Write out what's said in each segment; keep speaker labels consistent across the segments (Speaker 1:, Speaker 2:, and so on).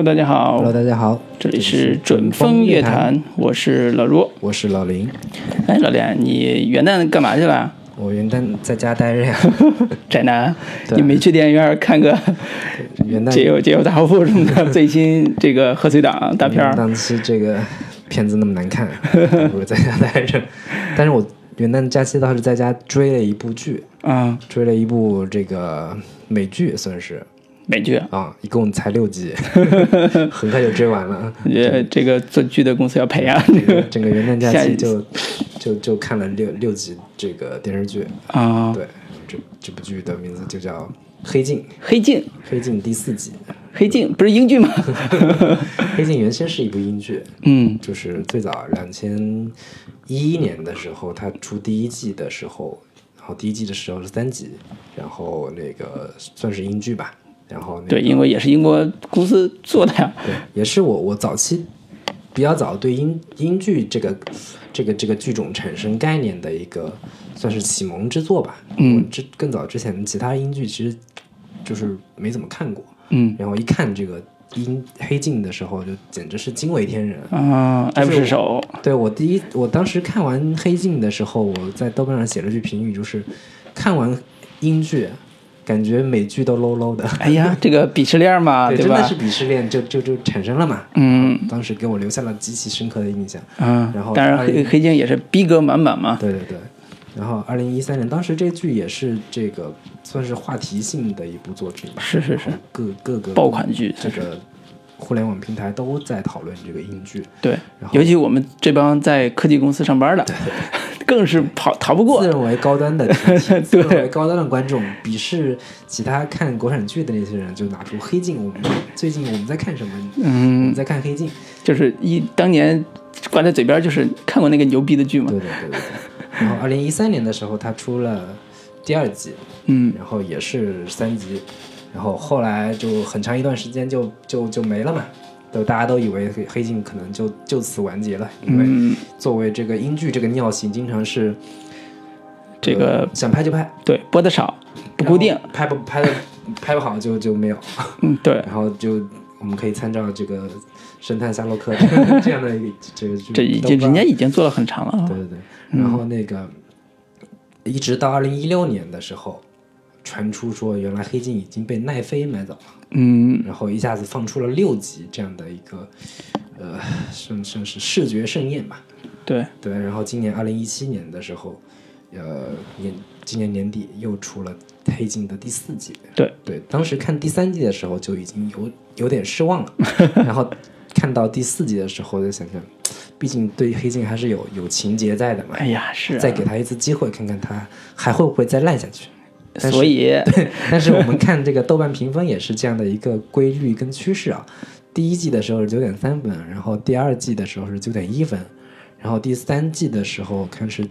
Speaker 1: Hello， 大家好。
Speaker 2: Hello， 大家好，
Speaker 1: 这里是准风乐坛，我是老卢，
Speaker 2: 我是老林。
Speaker 1: 哎，老林，你元旦干嘛去了？
Speaker 2: 我元旦在家待着呀。
Speaker 1: 宅男，你没去电影院看个
Speaker 2: 元旦
Speaker 1: 解忧大后父什么的最新这个贺岁档大片？
Speaker 2: 当时这个片子那么难看，不如在家待着。但是我元旦假期倒是在家追了一部剧啊，追了一部这个美剧，算是。
Speaker 1: 美剧
Speaker 2: 啊，一共才6集，很快就追完了。
Speaker 1: 我觉得这个做剧的公司要赔啊！
Speaker 2: 整个元旦假期就看了六集这个电视剧啊。对，这部剧的名字就叫《黑镜》。黑镜第4集。
Speaker 1: 黑镜不是英剧吗？
Speaker 2: 黑镜原先是一部英剧，就是最早2011年的时候，它出第1季的时候，然后第1季的时候是3集，然后那个算是英剧吧。然后
Speaker 1: 对，因为也是英国公司做的呀。
Speaker 2: 对，也是我早期比较早对英剧这个剧种产生概念的一个算是启蒙之作吧。更早之前其他英剧其实就是没怎么看过。然后一看这个黑镜的时候，就简直是惊为天人
Speaker 1: 啊，爱不释手。
Speaker 2: 对，我当时看完黑镜的时候，我在豆瓣上写了句评语，就是看完英剧。感觉美剧都 low low 的，
Speaker 1: 哎呀，这个鄙视链嘛，对吧？
Speaker 2: 真的是鄙视链就产生了嘛。当时给我留下了极其深刻的印象。然后
Speaker 1: 当然黑镜也是逼格满满嘛。
Speaker 2: 对。然后2013年，当时这剧也是这个算是话题性的一部作品吧。
Speaker 1: 是。
Speaker 2: 各个
Speaker 1: 爆款剧，
Speaker 2: 这个互联网平台都在讨论这个英剧。
Speaker 1: 对，尤其我们这帮在科技公司上班的。对。更是逃不过，
Speaker 2: 自认为高端的自认为高端的观众鄙视其他看国产剧的那些人，就拿出黑镜。最近我们在看什么？我们在看黑镜，
Speaker 1: 就是当年挂在嘴边，就是看过那个牛逼的剧嘛。
Speaker 2: 对。然后2013年的时候，他出了第2季，然后也是3集，然后后来就很长一段时间就没了嘛。大家都以为黑镜可能就此完结了，因为作为这个英剧这个尿性，经常是
Speaker 1: 这个
Speaker 2: 想拍就拍，对，
Speaker 1: 播的少，不固定，
Speaker 2: 拍不好就没有，
Speaker 1: 对，
Speaker 2: 然后就我们可以参照这个神探夏洛克这样的一个这个剧，
Speaker 1: 人家已经做了很长了，
Speaker 2: 对，然后那个一直到2016年的时候。传出说，原来黑镜已经被奈飞买走了，然后一下子放出了6集这样的一个，算是视觉盛宴吧。对，然后今年2017年的时候，今年年底又出了黑镜的第4季。对，当时看第3季的时候就已经有点失望了，然后看到第4季的时候就想想，毕竟对黑镜还是有情节在的嘛。
Speaker 1: 哎呀，是
Speaker 2: 再给他一次机会，看看他还会不会再烂下去。
Speaker 1: 所以，
Speaker 2: 但是我们看这个豆瓣评分也是这样的一个规律跟趋势啊。第1季的时候是9.3分，然后第2季的时候是9.1分，然后第3季的时候看是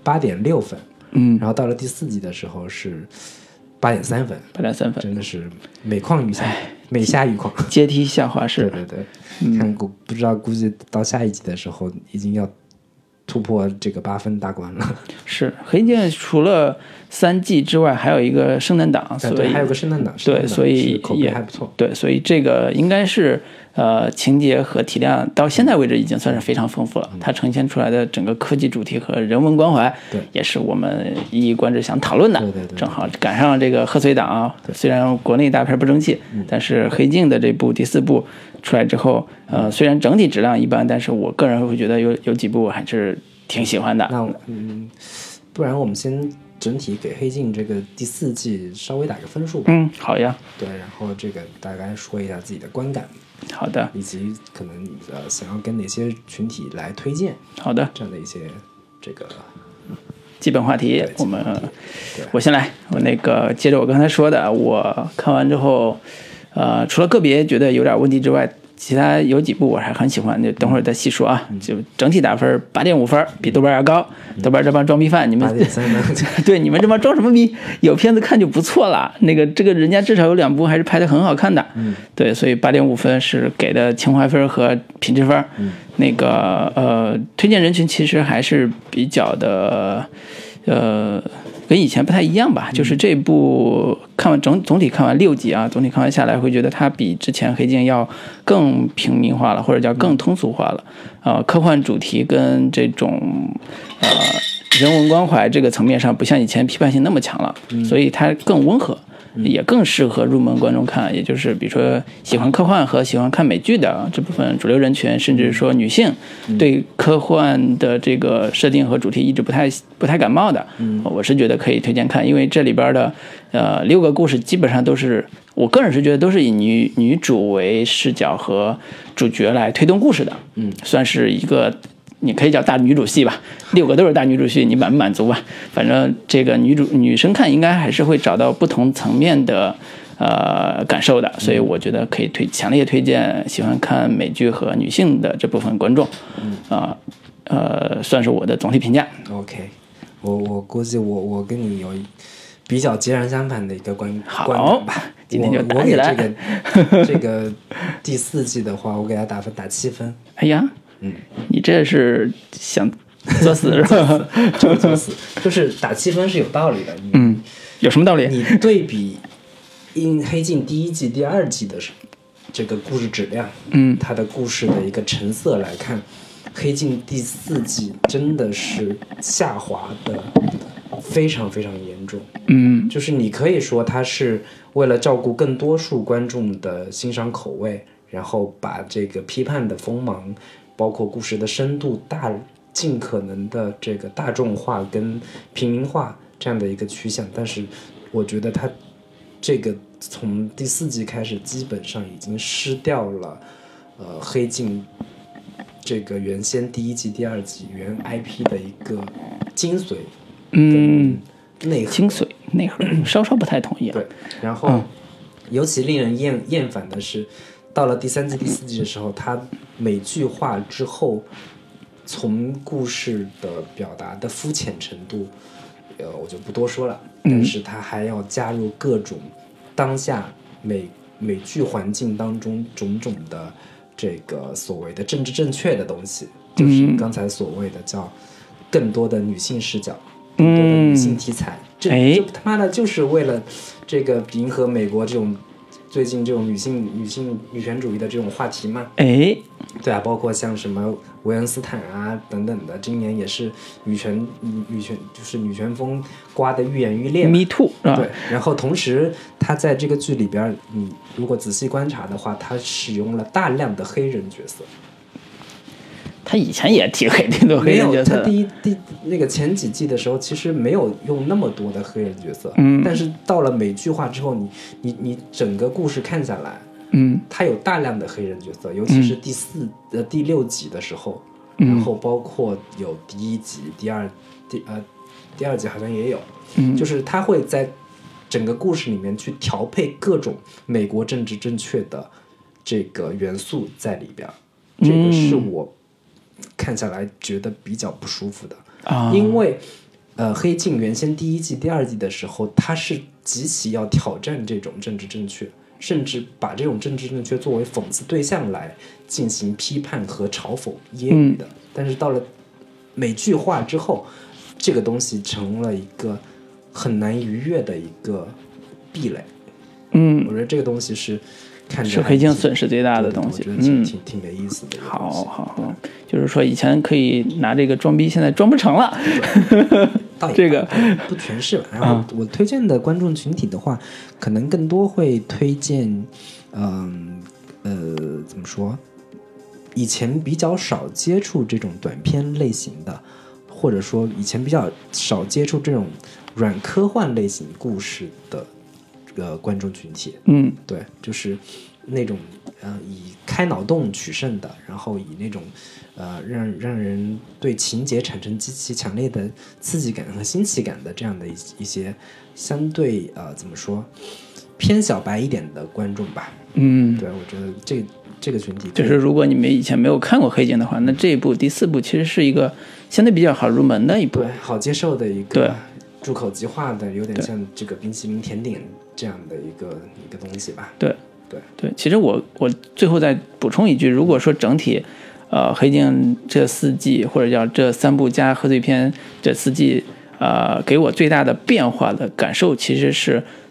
Speaker 2: 8.6分，然后到了第4季的时候是8.3分
Speaker 1: ，8.3分，
Speaker 2: 真的是每况愈下，每下愈况，
Speaker 1: 阶梯下滑式。
Speaker 2: 对，看不知道估计到下一季的时候已经要突破这个8分大关了。
Speaker 1: 是黑镜除了3季之外，还有一个圣诞档，所以
Speaker 2: 还有个圣诞档，
Speaker 1: 对，所以
Speaker 2: 口碑还不错。
Speaker 1: 对，所以这个应该是情节和体量到现在为止已经算是非常丰富了。它呈现出来的整个科技主题和人文关怀，也是我们一以贯之想讨论的。
Speaker 2: 对，
Speaker 1: 正好赶上这个贺岁档，虽然国内大片不争气，但是黑镜的这部第4部出来之后，虽然整体质量一般，但是我个人会觉得有几部还是挺喜欢的。
Speaker 2: 那不然我们先整体给黑镜这个第4季稍微打个分数吧。
Speaker 1: 好呀。
Speaker 2: 对，然后这个大概说一下自己的观感。
Speaker 1: 好的。
Speaker 2: 以及可能想要跟哪些群体来推荐。
Speaker 1: 好的。
Speaker 2: 这样的一些这个
Speaker 1: 基本话题，我先来。我那个接着我刚才说的，我看完之后，除了个别觉得有点问题之外，其他有几部我还很喜欢，就等会儿再细说啊。就整体打分8.5分，比豆瓣要高。豆瓣这帮装逼犯，你们
Speaker 2: 8.3分，
Speaker 1: 对，你们这帮装什么逼？有片子看就不错了。这个人家至少有2部还是拍得很好看的。对，所以8.5分是给的情怀分和品质分。推荐人群其实还是比较的，跟以前不太一样吧。就是这部看完总体看完6集啊，总体看完下来会觉得它比之前黑镜要更平民化了，或者叫更通俗化了。科幻主题跟这种人文关怀这个层面上不像以前批判性那么强了，所以它更温和。也更适合入门观众看，也就是比如说喜欢科幻和喜欢看美剧的这部分主流人群，甚至说女性对科幻的这个设定和主题一直不太感冒的，我是觉得可以推荐看，因为这里边的6个故事基本上都是，我个人是觉得都是以女主为视角和主角来推动故事的，算是一个。你可以叫大女主戏吧，6个都是大女主戏，你满不满足吧？反正这个女生看应该还是会找到不同层面的感受的，所以我觉得可以强烈推荐喜欢看美剧和女性的这部分观众，算是我的总体评价。
Speaker 2: OK， 我估计我跟你有比较截然相反的一个观点吧。
Speaker 1: 今天就打起来。
Speaker 2: 这个第4季的话，我给他打分打7分。
Speaker 1: 哎呀。你这是想作死是吧？
Speaker 2: 作死，就是打7分是有道理的。
Speaker 1: 有什么道理？
Speaker 2: 你对比黑镜第1季、第2季的这个故事质量，它的故事的一个成色来看，黑镜第4季真的是下滑的非常非常严重。就是你可以说它是为了照顾更多数观众的欣赏口味，然后把这个批判的锋芒。包括故事的深度尽可能的这个大众化跟平民化这样的一个趋向，但是我觉得它这个从第4季开始基本上已经失掉了黑镜这个原先第1季第2季原 IP 的一个精髓内核，
Speaker 1: 精髓内核稍稍不太同意。
Speaker 2: 对，然后尤其令人厌烦的是到了第3季第4季的时候，它美剧化之后，从故事的表达的肤浅程度，我就不多说了。但是它还要加入各种当下美剧环境当中种种的这个所谓的政治正确的东西，就是刚才所谓的叫更多的女性视角，更多的女性题材。这他妈的就是为了这个迎合美国这种。最近这种女权主义的这种话题嘛，对啊，包括像什么维恩斯坦啊等等的，今年也是女权就是女权风刮得愈演愈烈
Speaker 1: ，Me too，
Speaker 2: 对。然后同时，他在这个剧里边，你如果仔细观察的话，他使用了大量的黑人角色。
Speaker 1: 他以前也挺多黑人角色的，
Speaker 2: 他那个前几季的时候，其实没有用那么多的黑人角色，但是到了美剧化之后，你整个故事看下来，他有大量的黑人角色，尤其是第6集的时候，然后包括有第1集、第二集好像也有，就是他会在整个故事里面去调配各种美国政治正确的这个元素在里边，这个是我看下来觉得比较不舒服的，因为黑镜原先第1季第2季的时候，它是极其要挑战这种政治正确，甚至把这种政治正确作为讽刺对象来进行批判和嘲讽揶揄的，但是到了美剧化之后，这个东西成了一个很难逾越的一个壁垒。我觉得这个东西是
Speaker 1: 黑镜损失最大的东西，
Speaker 2: 我觉得挺没意思的。
Speaker 1: 好，就是说以前可以拿这个装逼，现在装不成了。这个
Speaker 2: 不全是吧？然后我推荐的观众群体的话，可能更多会推荐，怎么说？以前比较少接触这种短片类型的，或者说以前比较少接触这种软科幻类型故事的。观众群体，对，就是那种以开脑洞取胜的，然后以那种让人对情节产生极其强烈的刺激感和新奇感的这样的一些相对怎么说偏小白一点的观众吧。对，我觉得这个群体
Speaker 1: 就是如果你们以前没有看过黑镜的话，那这一部第4部其实是一个相对比较好入门的一部，
Speaker 2: 对，好接受的一个入口即化的，有点像这个冰淇淋甜点这样的一个东西吧。
Speaker 1: 对，其实我最后再补充一句，如果说整体黑镜这4季或者叫这3部加贺岁片这4季给我最大的变化的感受，其实是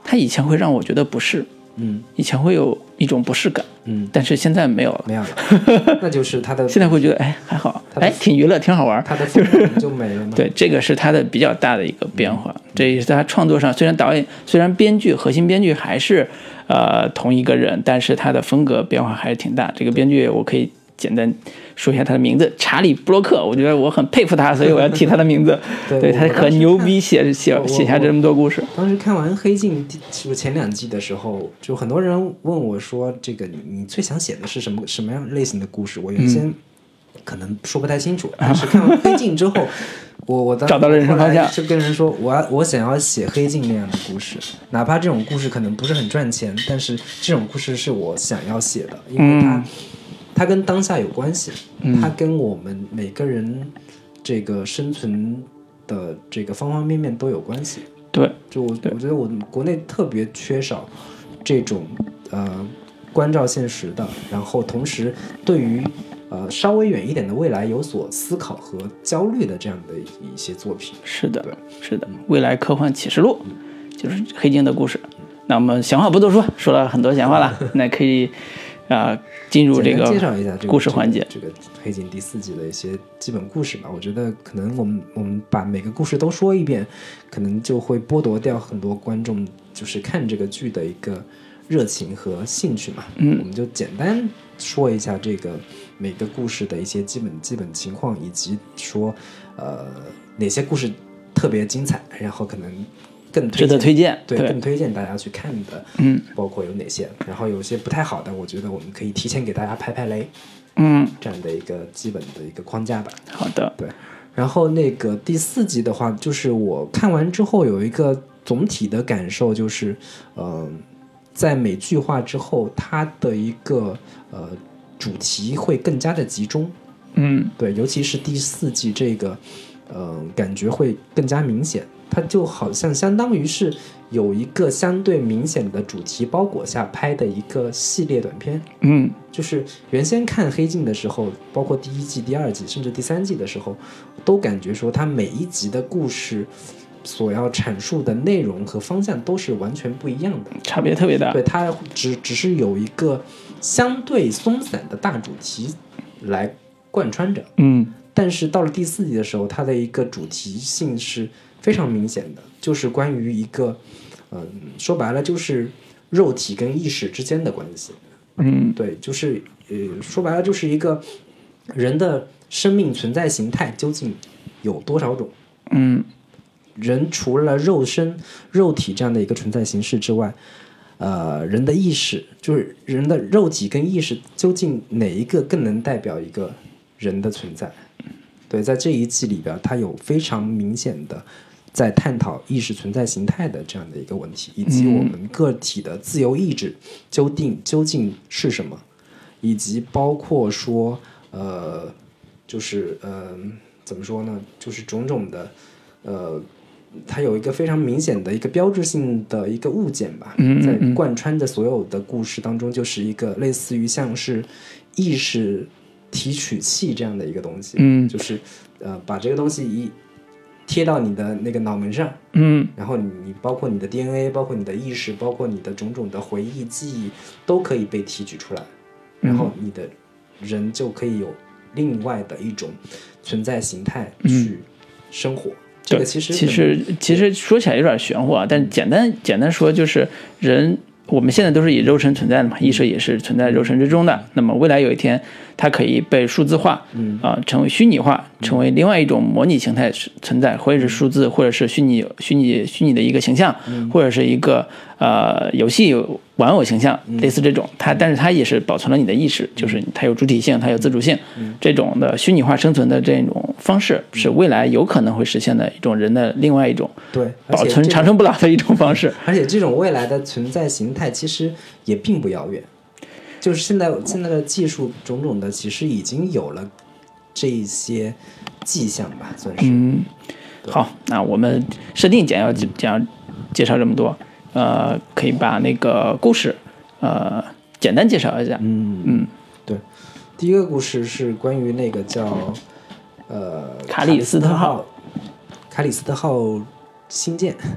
Speaker 1: 它以前会让我觉得不适，以前会有一种不适感，但是现在没有了，
Speaker 2: 那就是它的
Speaker 1: 现在会觉得还好，挺娱乐，挺好玩，
Speaker 2: 它的风格就没了吗？
Speaker 1: 对，这个是它的比较大的一个变化，这也是他创作上，虽然导演、虽然编剧、核心编剧还是同一个人，但是他的风格变化还是挺大。这个编剧我可以简单说一下他的名字，查理·布洛克，我觉得我很佩服他，所以我要提他的名字。对，他很牛逼，写下这么多故事。
Speaker 2: 当时看完《黑镜》就前2季的时候，就很多人问我说：“这个你最想写的是什么样类型的故事？”我原先可能说不太清楚，但是看完《黑镜》之后，我
Speaker 1: 找到了人生方向，
Speaker 2: 就跟人说我想要写《黑镜》那样的故事，哪怕这种故事可能不是很赚钱，但是这种故事是我想要写的，因为它跟当下有关系，它跟我们每个人这个生存的这个方方面面都有关系。
Speaker 1: 对，
Speaker 2: 就我觉得我们国内特别缺少这种关照现实的，然后同时对于稍微远一点的未来有所思考和焦虑的这样的一些作品。
Speaker 1: 是的，是的，未来科幻启示录就是黑镜的故事。那我们闲话不多说，说了很多闲话了，那可以进入这个
Speaker 2: 介绍一下
Speaker 1: 故事环节，
Speaker 2: 这个黑镜第4季的一些基本故事吧。我觉得可能我们把每个故事都说一遍，可能就会剥夺掉很多观众就是看这个剧的一个热情和兴趣嘛。我们就简单说一下这个每个故事的一些基本情况，以及说哪些故事特别精彩，然后可能更
Speaker 1: 值得推荐，
Speaker 2: 对，更推荐大家去看的，包括有哪些，然后有些不太好的，我觉得我们可以提前给大家拍雷，这样的一个基本的一个框架吧。
Speaker 1: 好的，
Speaker 2: 对。然后那个第4集的话，就是我看完之后有一个总体的感受，就是在美剧化之后，它的一个主题会更加的集中，对，尤其是第4季这个感觉会更加明显。它就好像相当于是有一个相对明显的主题包裹下拍的一个系列短片。就是原先看黑镜的时候，包括第1季、第2季甚至第3季的时候，都感觉说它每一集的故事所要阐述的内容和方向都是完全不一样的，
Speaker 1: 差别特别大。
Speaker 2: 对，它只是有一个相对松散的大主题来贯穿着。但是到了第4集的时候，它的一个主题性是非常明显的，就是关于一个说白了就是肉体跟意识之间的关系。对，就是说白了就是一个人的生命存在形态究竟有多少种。人除了肉体这样的一个存在形式之外，人的意识，就是人的肉体跟意识究竟哪一个更能代表一个人的存在。对，在这一季里边，它有非常明显的在探讨意识存在形态的这样的一个问题，以及我们个体的自由意志究竟是什么，以及包括说就是怎么说呢，就是种种的它有一个非常明显的一个标志性的一个物件吧，在贯穿的所有的故事当中，就是一个类似于像是意识提取器这样的一个东西。就是把这个东西一贴到你的那个脑门上，然后你包括你的 DNA， 包括你的意识，包括你的种种的回忆记忆都可以被提取出来，然后你的人就可以有另外的一种存在形态去生活。这个其实说起来有点玄乎啊，但简单说就是人，我们现在都是以肉身存在的嘛，意识也是存在肉身之中的。那么未来有一天，它可以被数字化，成为虚拟化，成为另外一种模拟形态存在，或者是数字，或者是虚拟的一个形象，或者是一个游戏玩偶形象，类似这种。但是它也是保存了你的意识，就是它有主体性，它有自主性。这种的虚拟化生存的这种方式，是未来有可能会实现的一种人的另外一种保存长生不老的一种方式。 而且这种未来的存在形态其实也并不遥远。就是现在的技术种种的，其实已经有了这一些迹象吧，算是。
Speaker 1: 好，那我们设定简要介绍这么多，可以把那个故事简单介绍一下。
Speaker 2: 对，第一个故事是关于那个叫
Speaker 1: 卡里斯特号
Speaker 2: 星舰。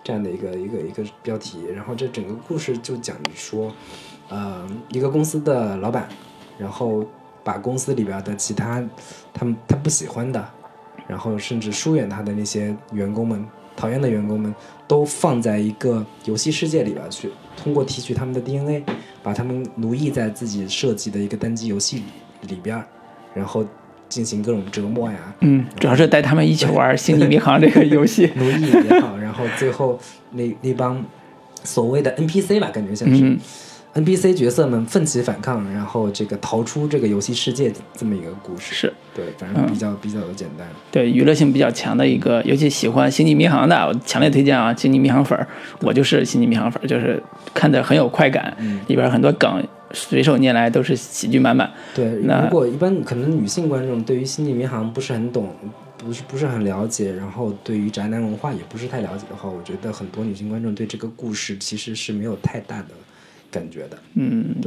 Speaker 2: 这样的一个标题。然后这整个故事就讲说，一个公司的老板，然后把公司里边的其他他不喜欢的，然后甚至疏远他的那些员工们，讨厌的员工们，都放在一个游戏世界里边去，通过提取他们的 DNA， 把他们奴役在自己设计的一个单机游戏里边，然后进行各种折磨呀。
Speaker 1: 主要是带他们一起玩《星际迷航》这个游戏，
Speaker 2: 奴役也好，然后最后那帮所谓的 NPC 吧，感觉像是。NPC 角色们奋起反抗，然后这个逃出这个游戏世界这么一个故事。
Speaker 1: 是
Speaker 2: 对，反正比较的简单。
Speaker 1: 对，娱乐性比较强的一个，尤其喜欢星际迷航的，我强烈推荐啊！星际迷航粉，我就是星际迷航粉，就是看着很有快感，里边很多梗随手拈来都是喜剧满满。
Speaker 2: 对，如果一般可能女性观众对于星际迷航不是很懂，不是很了解，然后对于宅男文化也不是太了解的话，我觉得很多女性观众对这个故事其实是没有太大的感觉的。
Speaker 1: 对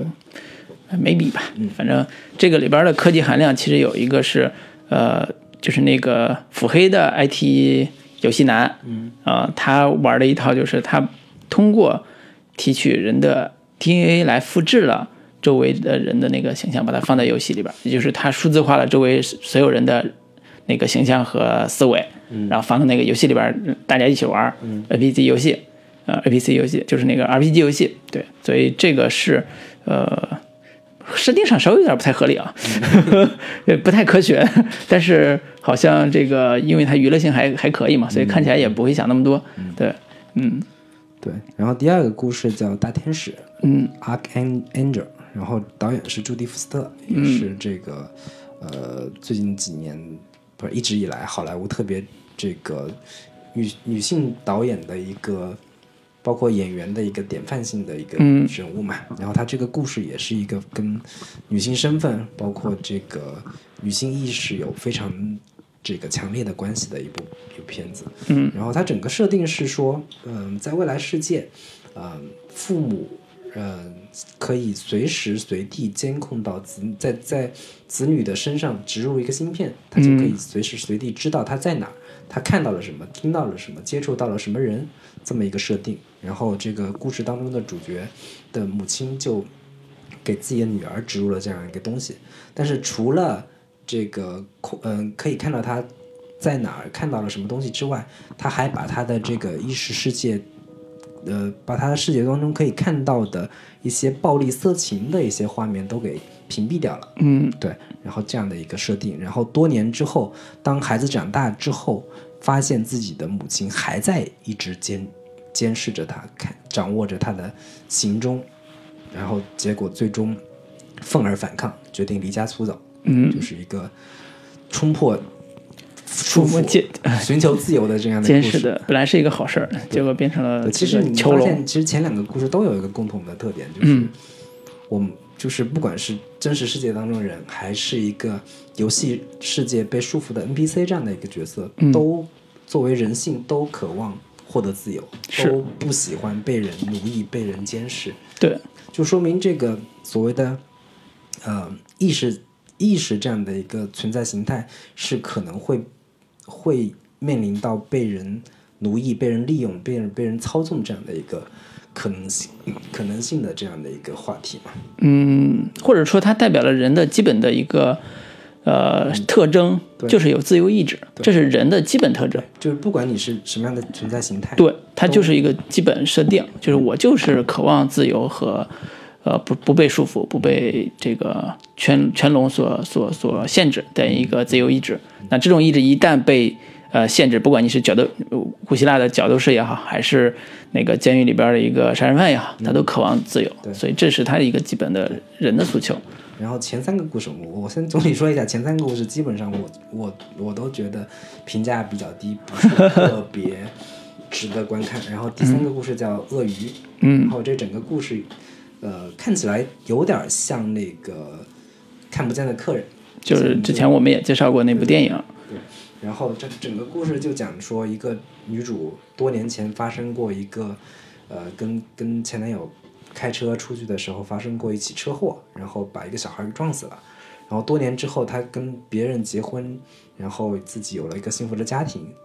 Speaker 1: ，maybe 吧。反正这个里边的科技含量其实有一个是就是那个腹黑的 IT 游戏男，他玩的一套就是他通过提取人的 DNA 来复制了周围的人的那个形象，把它放在游戏里边，也就是他数字化了周围所有人的那个形象和思维，然后放到那个游戏里边，大家一起玩，NPC 游戏。APC 游戏就是那个 RPG 游戏，对，所以这个是设定上稍微有点不太合理啊，不太科学，但是好像这个因为它娱乐性还可以嘛，所以看起来也不会想那么多，对，
Speaker 2: 对。然后第二个故事叫大天使，Archangel， 然后导演是朱迪福斯特，也是这个最近几年不是一直以来好莱坞特别这个女性导演的一个。包括演员的一个典范性的一个人物嘛，然后他这个故事也是一个跟女性身份，包括这个女性意识有非常这个强烈的关系的一部片子。然后它整个设定是说，在未来世界，父母可以随时随地监控到在子女的身上植入一个芯片，他就可以随时随地知道他在哪儿，他看到了什么，听到了什么，接触到了什么人，这么一个设定。然后这个故事当中的主角的母亲就给自己的女儿植入了这样一个东西，但是除了这个可以看到他在哪儿看到了什么东西之外，他还把他的这个意识世界把他的世界当中可以看到的一些暴力色情的一些画面都给屏蔽掉了。对，然后这样的一个设定，然后多年之后，当孩子长大之后，发现自己的母亲还在一直监视着他，掌握着他的行踪，然后结果最终愤而反抗，决定离家出走。就是一个冲破束缚寻求自由的这样的故事。
Speaker 1: 监视的本来是一个好事儿，结果变成了
Speaker 2: 其实你发现，其实前两个故事都有一个共同的特点，就是我们就是不管是真实世界当中人，还是一个游戏世界被束缚的 NPC 这样的一个角色，都作为人性都渴望获得自由，都不喜欢被人奴役、被人监视。
Speaker 1: 对，
Speaker 2: 就说明这个所谓的意识这样的一个存在形态是可能会面临到被人奴役、被人利用、被人操纵这样的一个可能性的这样的一个话题嘛。
Speaker 1: 或者说它代表了人的基本的一个特征，就是有自由意志，这是人的基本特征。
Speaker 2: 就是不管你是什么样的存在形态，
Speaker 1: 对，它就是一个基本设定，就是我就是渴望自由和不被束缚，不被这个圈笼所限制的一个自由意志。那这种意志一旦被限制，不管你是古希腊的角斗士也好，还是那个监狱里边的一个杀人犯也好，他都渴望自由，所以这是他的一个基本的人的诉求。
Speaker 2: 然后前三个故事，我先总体说一下，前三个故事基本上我都觉得评价比较低，不是特别值得观看。然后第三个故事叫鳄鱼，然后这整个故事看起来有点像那个看不见的客人，
Speaker 1: 就是之前我们也介绍过那部电影。
Speaker 2: 对，然后这整个故事就讲说一个女主多年前发生过一个跟前男友开车出去的时候发生过一起车祸，然后把一个小孩撞死了。然后多年之后她跟别人结婚，然后自己有了一个幸福的家庭，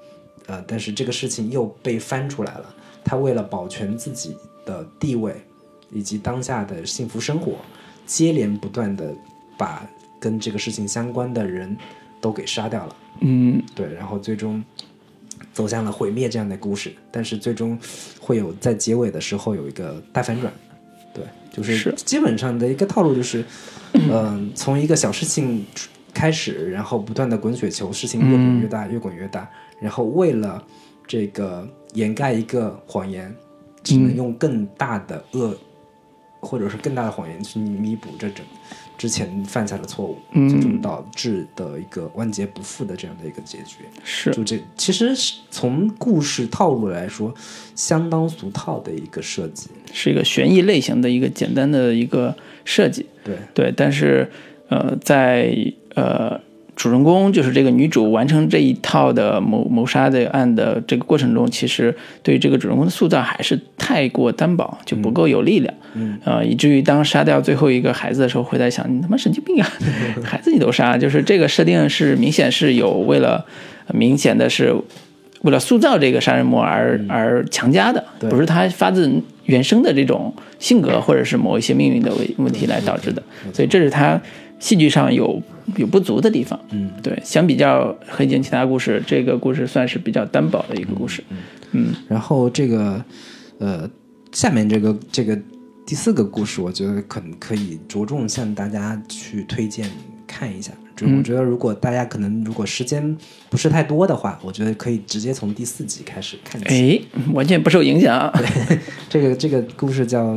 Speaker 2: 但是这个事情又被翻出来了。他为了保全自己的地位以及当下的幸福生活，接连不断的把跟这个事情相关的人都给杀掉了。对，然后最终走向了毁灭这样的故事，但是最终会有在结尾的时候有一个大反转。对，就是基本上的一个套路就是，从一个小事情开始，然后不断的滚雪球，事情越滚越大，越滚越大，然后为了这个掩盖一个谎言，只能用更大的恶，或者是更大的谎言去弥补这种之前犯下的错误，最终导致的一个万劫不复的这样的一个结局。
Speaker 1: 是，
Speaker 2: 就这其实从故事套路来说，相当俗套的一个设计，
Speaker 1: 是一个悬疑类型的一个简单的一个设计。对，但是在主人公就是这个女主完成这一套的谋杀的案的这个过程中，其实对于这个主人公的塑造还是太过单薄，就不够有力量。以至于当杀掉最后一个孩子的时候，会在想你他妈神经病啊，孩子你都杀，就是这个设定是明显是有为了明显的是为了塑造这个杀人魔而强加的，不是他发自原生的这种性格或者是某一些命运的问题来导致的，所以这是他戏剧上有不足的地方。对，相比较黑镜其他故事，这个故事算是比较单薄的一个故事。
Speaker 2: 然后这个下面这个第4个故事，我觉得可以着重向大家去推荐看一下。就我觉得如果大家可能如果时间不是太多的话，我觉得可以直接从第4集开始看起。
Speaker 1: 完全不受影响。
Speaker 2: 对，这个故事叫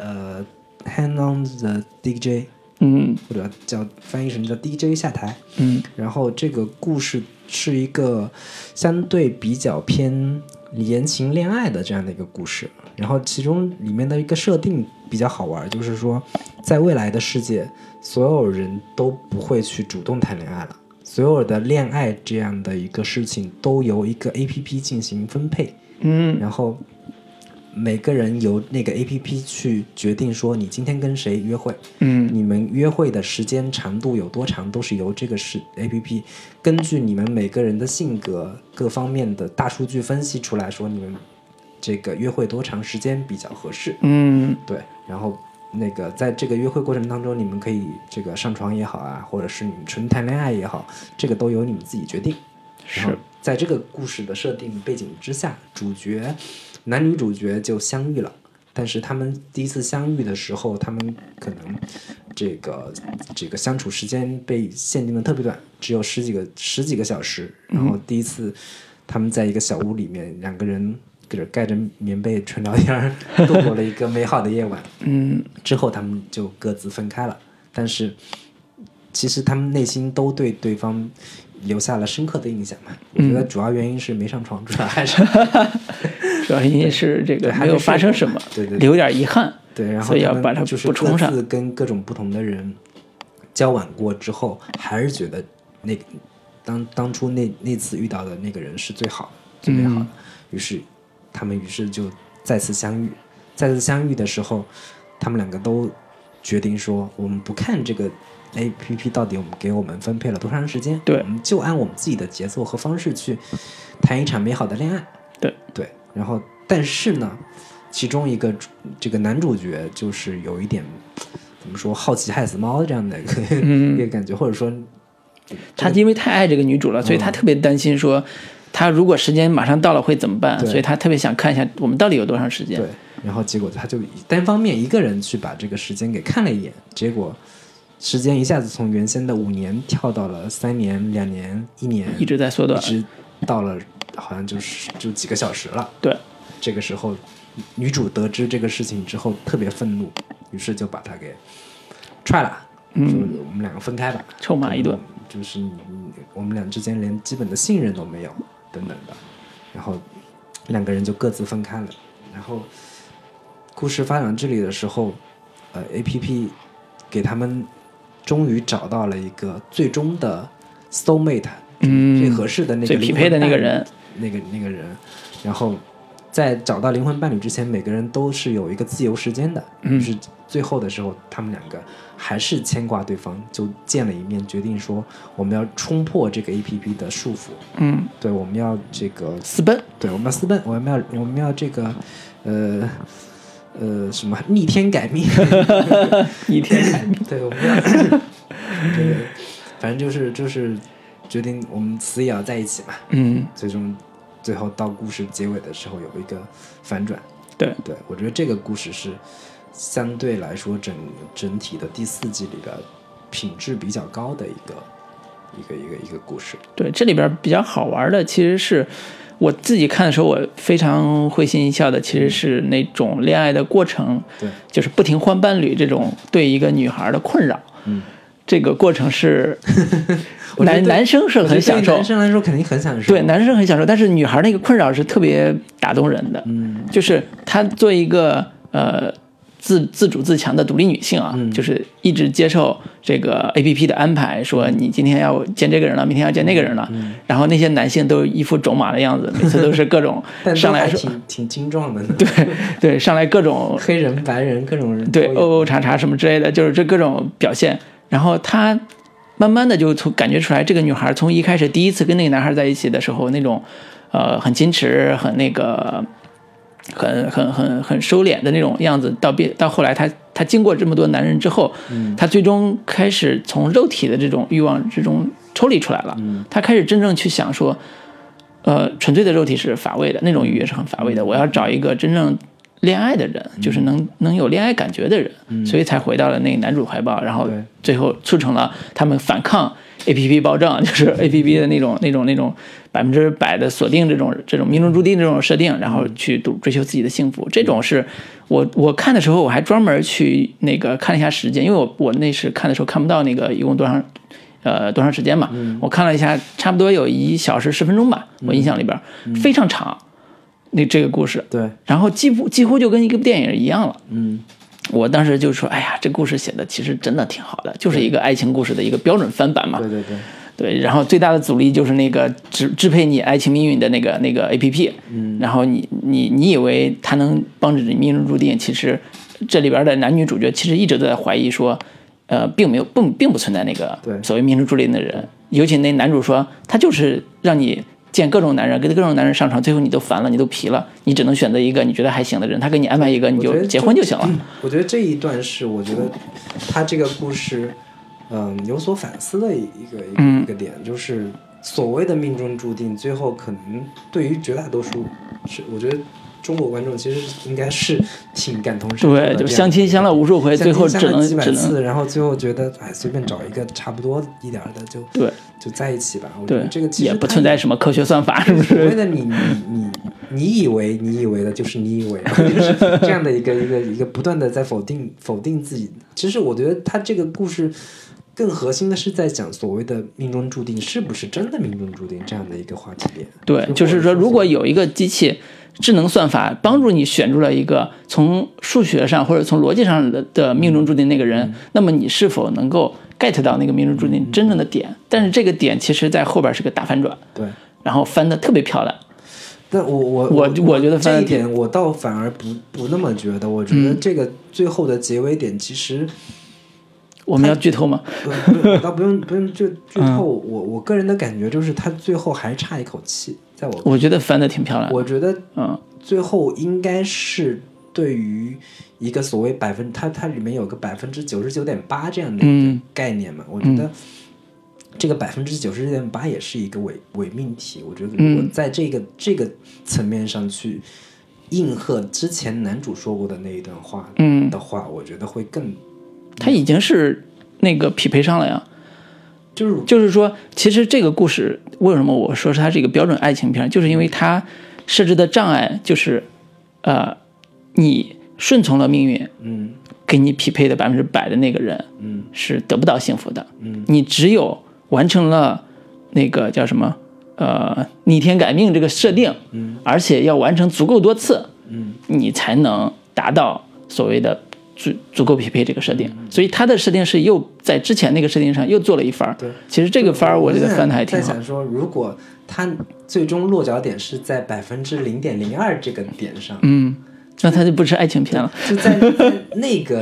Speaker 2: Hang on the DJ。或者叫翻译成叫 DJ 下台。然后这个故事是一个相对比较偏言情恋爱的这样的一个故事，然后其中里面的一个设定比较好玩，就是说在未来的世界，所有人都不会去主动谈恋爱了，所有的恋爱这样的一个事情都由一个 APP 进行分配。然后每个人由那个 APP 去决定说你今天跟谁约会，你们约会的时间长度有多长，都是由这个APP 根据你们每个人的性格各方面的大数据分析出来，说你们这个约会多长时间比较合适。对，然后那个在这个约会过程当中，你们可以这个上床也好啊，或者是你们纯谈恋爱也好，这个都由你们自己决定。
Speaker 1: 是
Speaker 2: 在这个故事的设定背景之下，男女主角就相遇了，但是他们第一次相遇的时候，他们可能这个相处时间被限定的特别短，只有十几个小时。然后第一次他们在一个小屋里面，两个人盖着棉被纯聊天，度过了一个美好的夜晚。之后他们就各自分开了，但是其实他们内心都对对方留下了深刻的印象嘛。我觉得主要原因是没上床，主要还是
Speaker 1: 主要原因是这个没有发生什么，
Speaker 2: 对，
Speaker 1: 留点遗憾。
Speaker 2: 对，然后
Speaker 1: 所以要把它
Speaker 2: 就是
Speaker 1: 补充上。
Speaker 2: 各自跟各种不同的人交往过之后，还是觉得那当初那次遇到的那个人是最好最美好的。于是他们就再次相遇。再次相遇的时候，他们两个都决定说，我们不看这个 APP 到底给我们分配了多长时间，
Speaker 1: 对，
Speaker 2: 我们就按我们自己的节奏和方式去谈一场美好的恋爱。对，然后但是呢，其中一个这个男主角就是有一点怎么说，好奇害死猫这样的一个感觉，或者说
Speaker 1: 他因为太爱这个女主了，所以他特别担心说他如果时间马上到了会怎么办，所以他特别想看一下我们到底有多长时间。
Speaker 2: 对，然后结果他就单方面一个人去把这个时间给看了一眼，结果时间一下子从原先的5年跳到了3年、2年、1年，
Speaker 1: 一直在缩短，
Speaker 2: 一直到了好像就几个小时了。
Speaker 1: 对，
Speaker 2: 这个时候女主得知这个事情之后特别愤怒，于是就把他给踹了，说我们两个分开吧，
Speaker 1: 臭骂一顿，
Speaker 2: 就是我们俩之间连基本的信任都没有等等的，然后两个人就各自分开了。然后故事发展到这里的时候APP 给他们终于找到了一个最终的 soulmate，最合适的那个
Speaker 1: 最匹配的那个人，
Speaker 2: 那个人，然后在找到灵魂伴侣之前，每个人都是有一个自由时间的，就是最后的时候，他们两个还是牵挂对方，就见了一面，决定说我们要冲破这个 APP 的束缚，对，我们要这个
Speaker 1: 私奔，
Speaker 2: 对，我们要私奔，我们要这个什么逆天改命，
Speaker 1: 逆天改命，
Speaker 2: 对，我们要这个，反正就是决定我们死也要在一起嘛，最后到故事结尾的时候有一个反转，对，我觉得这个故事是相对来说整体的第4季里边品质比较高的一个故事。
Speaker 1: 对，这里边比较好玩的其实是我自己看的时候，我非常会心一笑的，其实是那种恋爱的过程，
Speaker 2: 对，
Speaker 1: 就是不停换伴侣这种对一个女孩的困扰，这个过程是男生是很享受，
Speaker 2: 男生来说肯定很享受，
Speaker 1: 对，男生很享受，但是女孩那个困扰是特别打动人的，就是她作为一个自主自强的独立女性啊，就是一直接受这个 APP 的安排，说你今天要见这个人了，明天要见那个人了，然后那些男性都一副种马的样子，每次都是各种上来说
Speaker 2: 挺精壮的呢，
Speaker 1: 对，上来各种
Speaker 2: 黑人白人各种人，
Speaker 1: 对，叉叉什么之类的，就是这各种表现，然后他慢慢的就感觉出来，这个女孩从一开始第一次跟那个男孩在一起的时候，那种很矜持，很那个。很收敛的那种样子，到后来他经过这么多男人之后，他最终开始从肉体的这种欲望之中抽离出来了，他开始真正去想说，纯粹的肉体是乏味的，那种愉悦是很乏味的，我要找一个真正恋爱的人，就是能有恋爱感觉的人，所以才回到了那个男主怀抱，然后最后促成了他们反抗 APP 暴政，就是 APP 的那种100%的锁定这种命中注定这种设定，然后去追求自己的幸福。这种是我看的时候，我还专门去那个看了一下时间，因为我那时看的时候看不到那个一共多长时间嘛，我看了一下，差不多有1小时10分钟吧，我印象里边非常长。这个故事，
Speaker 2: 对，
Speaker 1: 然后几乎就跟一个电影一样了。我当时就说，哎呀，这故事写的其实真的挺好的，就是一个爱情故事的一个标准翻版嘛。对，然后最大的阻力就是那个支配你爱情命运的那个 APP。然后你以为它能帮助你命中注定，其实这里边的男女主角其实一直都在怀疑说，并不存在那个所谓命中注定的人。尤其那男主说，他就是让你见各种男人，跟各种男人上床，最后你都烦了，你都疲了，你只能选择一个你觉得还行的人，他给你安排一个，你就结婚就行了。
Speaker 2: 我觉得这一段是我觉得他这个故事有所反思的一个点，就是所谓的命中注定，最后可能对于绝大多数是我觉得中国观众其实应该是挺感同身受的，
Speaker 1: 对，就相亲相了无数回，最后只能
Speaker 2: 几百次，然后最后觉得随便找一个差不多一点的就在一起吧。我觉得这个其实
Speaker 1: 也不存在什么科学算法，是不是？
Speaker 2: 所谓的你以为的就是你以为，就是这样的一个不断的在否定自己。其实我觉得他这个故事更核心的是在讲所谓的命中注定是不是真的命中注定这样的一个话题点。
Speaker 1: 对，就是说如果有一个机器智能算法帮助你选出了一个从数学上或者从逻辑上的命中注定那个人，那么你是否能够 get 到那个命中注定真正的点？但是这个点其实在后边是个大反转，
Speaker 2: 对，
Speaker 1: 然后翻得特别漂亮。
Speaker 2: 但
Speaker 1: 我觉得
Speaker 2: 这一点我倒反而不那么觉得，我觉得这个最后的结尾点其实。
Speaker 1: 我们要剧透吗？
Speaker 2: 我倒不用剧透。我个人的感觉就是他最后还差一口气，在
Speaker 1: 我觉得翻得挺漂亮的。
Speaker 2: 我觉得最后应该是对于一个所谓它里面有个99.8%这样的一个概念嘛，我觉得这个99.8%也是一个伪命题。我觉得如果在这个层面上去应和之前男主说过的那一段话的话，我觉得会更。
Speaker 1: 他已经是那个匹配上了呀，就是说，其实这个故事为什么我说是它是一个标准爱情片，就是因为它设置的障碍就是，你顺从了命运，给你匹配的100%的那个人，是得不到幸福的，你只有完成了那个叫什么，逆天改命这个设定，而且要完成足够多次，你才能达到所谓的足够匹配这个设定，所以他的设定是又在之前那个设定上又做了一番。
Speaker 2: 对，
Speaker 1: 其实这个番我觉得翻的还挺好。
Speaker 2: 在想说，如果他最终落脚点是在0.02%这个点上，
Speaker 1: 那他就不是爱情片了。
Speaker 2: 就在那个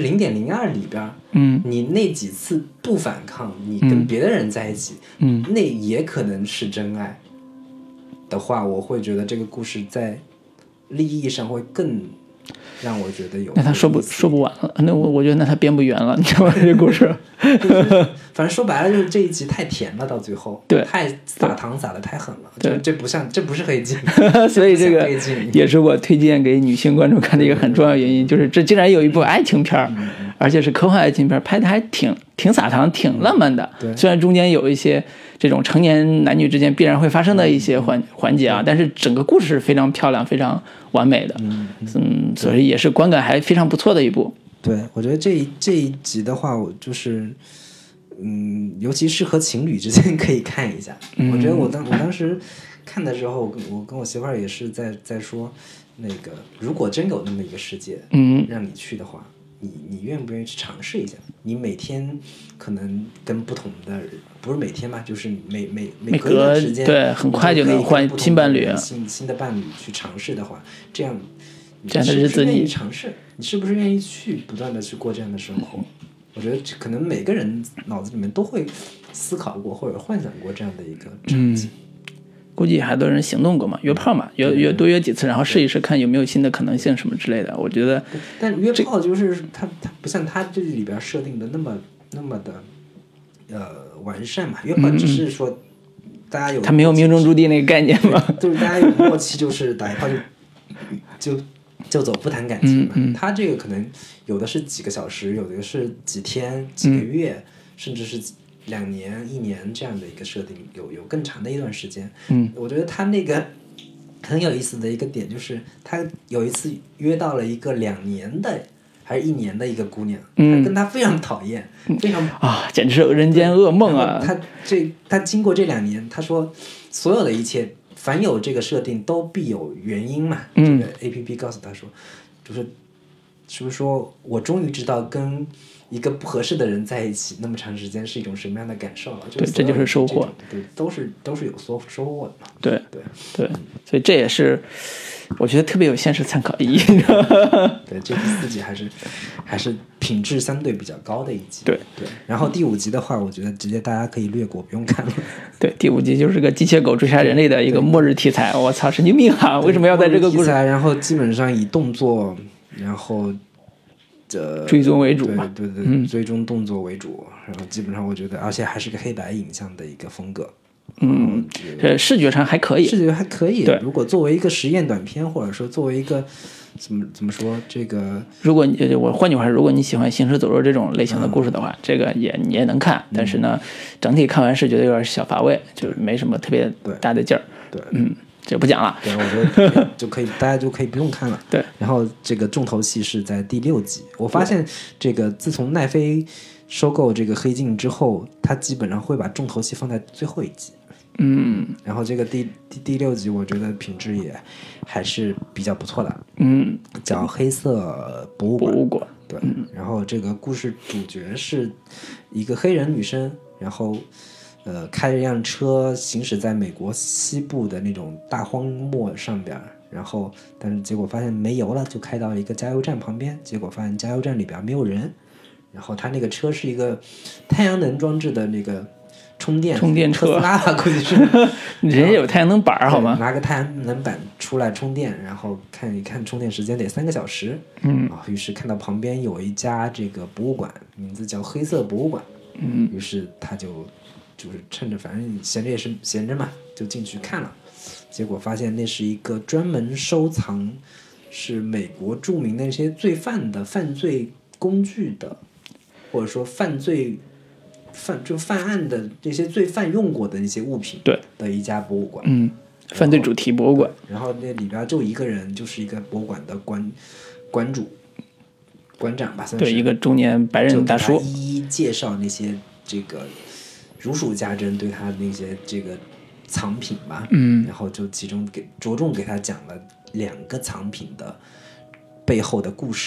Speaker 2: 0.02%里边，你那几次不反抗，你跟别的人在一起，那也可能是真爱的话，我会觉得这个故事在利益上会更让我觉得有。
Speaker 1: 那他说不完了，那我觉得那他编不圆了，你知道吗？这故事，
Speaker 2: 反正说白了就是这一集太甜了，到最后
Speaker 1: 对，
Speaker 2: 太撒糖撒的太狠了，
Speaker 1: 对，
Speaker 2: 这不是黑镜，
Speaker 1: 所以这个也是我推荐给女性观众看的一个很重要原因，就是这竟然有一部爱情片，而且是科幻爱情片，拍的还挺撒糖，挺浪漫的。虽然中间有一些这种成年男女之间必然会发生的一些环节啊，但是整个故事是非常漂亮、非常完美的。所以也是观感还非常不错的一部。
Speaker 2: 对，我觉得这一集的话，我就是尤其适合情侣之间可以看一下。我觉得我当时看的时候，我跟我媳妇儿也是在说，那个如果真有那么一个世界，让你去的话，你愿不愿意去尝试一下？你每天可能跟不同的，不是每天吧，就是每隔一段时间，
Speaker 1: 对，很快就能换新伴侣，
Speaker 2: 新的伴侣去尝试的话，这样
Speaker 1: 的日子
Speaker 2: 你是不是愿意尝试？你是不是愿意去不断的去过这样的生活？我觉得可能每个人脑子里面都会思考过或者幻想过这样的一个场景。
Speaker 1: 估计很多人行动过嘛，约炮嘛，多约几次，然后试一试看有没有新的可能性什么之类的。我觉得，
Speaker 2: 但约炮就是它不像它这里边设定的那么的完善嘛。约炮只是说大家有，
Speaker 1: 它没有命中注定那个概念嘛，
Speaker 2: 就是大家有默契，就是打一炮就走，不谈感情嘛。它这个可能有的是几个小时，有的是几天、几个月，甚至是2年、1年这样的一个设定，有更长的一段时间。我觉得他那个很有意思的一个点就是，他有一次约到了一个2年的还是1年的一个姑娘，他跟他非常讨厌，非常
Speaker 1: 简直是人间噩梦啊！
Speaker 2: 他经过这2年，他说所有的一切，凡有这个设定都必有原因嘛。这个 APP 告诉他说，就是是不是说我终于知道跟一个不合适的人在一起那么长时间是一种什么样的感受了？
Speaker 1: 对，这就是收获。
Speaker 2: 对，都是有收获的嘛。
Speaker 1: 对，所以这也是我觉得特别有现实参考意义。
Speaker 2: 对，这第4集还是品质相对比较高的一集。
Speaker 1: 对。
Speaker 2: 然后第5集的话，我觉得直接大家可以略过，不用看了。
Speaker 1: 对，第5集就是个机械狗追杀人类的一个末日题材。我操，神经病啊！为什么要在这个故事？
Speaker 2: 然后基本上以动作，然后
Speaker 1: 追踪为主，
Speaker 2: 对，追踪动作为主，然后基本上我觉得，而且还是个黑白影像的一个风格，
Speaker 1: 视觉上还可以，对，
Speaker 2: 如果作为一个实验短片，或者说作为一个怎么说这个，
Speaker 1: 如果我换句话说，如果你喜欢行尸走肉这种类型的故事的话，这个你也能看，但是呢，整体看完是觉得有点小乏味，就没什么特别大的劲儿，
Speaker 2: 对，
Speaker 1: 这不讲了。
Speaker 2: 对，我觉得大家就可以不用看了。
Speaker 1: 对，
Speaker 2: 然后这个重头戏是在第6集。我发现这个自从奈飞收购这个黑镜之后，他基本上会把重头戏放在最后一集。然后这个第6集，我觉得品质也还是比较不错的。叫黑色博物馆。对，然后这个故事主角是一个黑人女生，然后开着一辆车行驶在美国西部的那种大荒漠上边，然后但是结果发现没油了，就开到一个加油站旁边，结果发现加油站里边没有人，然后他那个车是一个太阳能装置的那个充电车，特斯拉吧，估计是
Speaker 1: 人家有太阳能板好吗？
Speaker 2: 拿个太阳能板出来充电，然后看一看充电时间得3个小时。于是看到旁边有一家这个博物馆，名字叫黑色博物馆。于是他就是趁着反正闲着也是闲着嘛，就进去看了，结果发现那是一个专门收藏是美国著名的那些罪犯的犯罪工具的，或者说犯案的这些罪犯用过的那些物品的一家博物馆。
Speaker 1: 犯罪主题博物馆。
Speaker 2: 然后那里边就一个人，就是一个博物馆的馆长吧，算是
Speaker 1: 对，一个中年白人大叔，
Speaker 2: 一一介绍那些这个如数家珍对他那些这个藏品吧。然后就其中着重给他讲了2个藏品的背后的故事。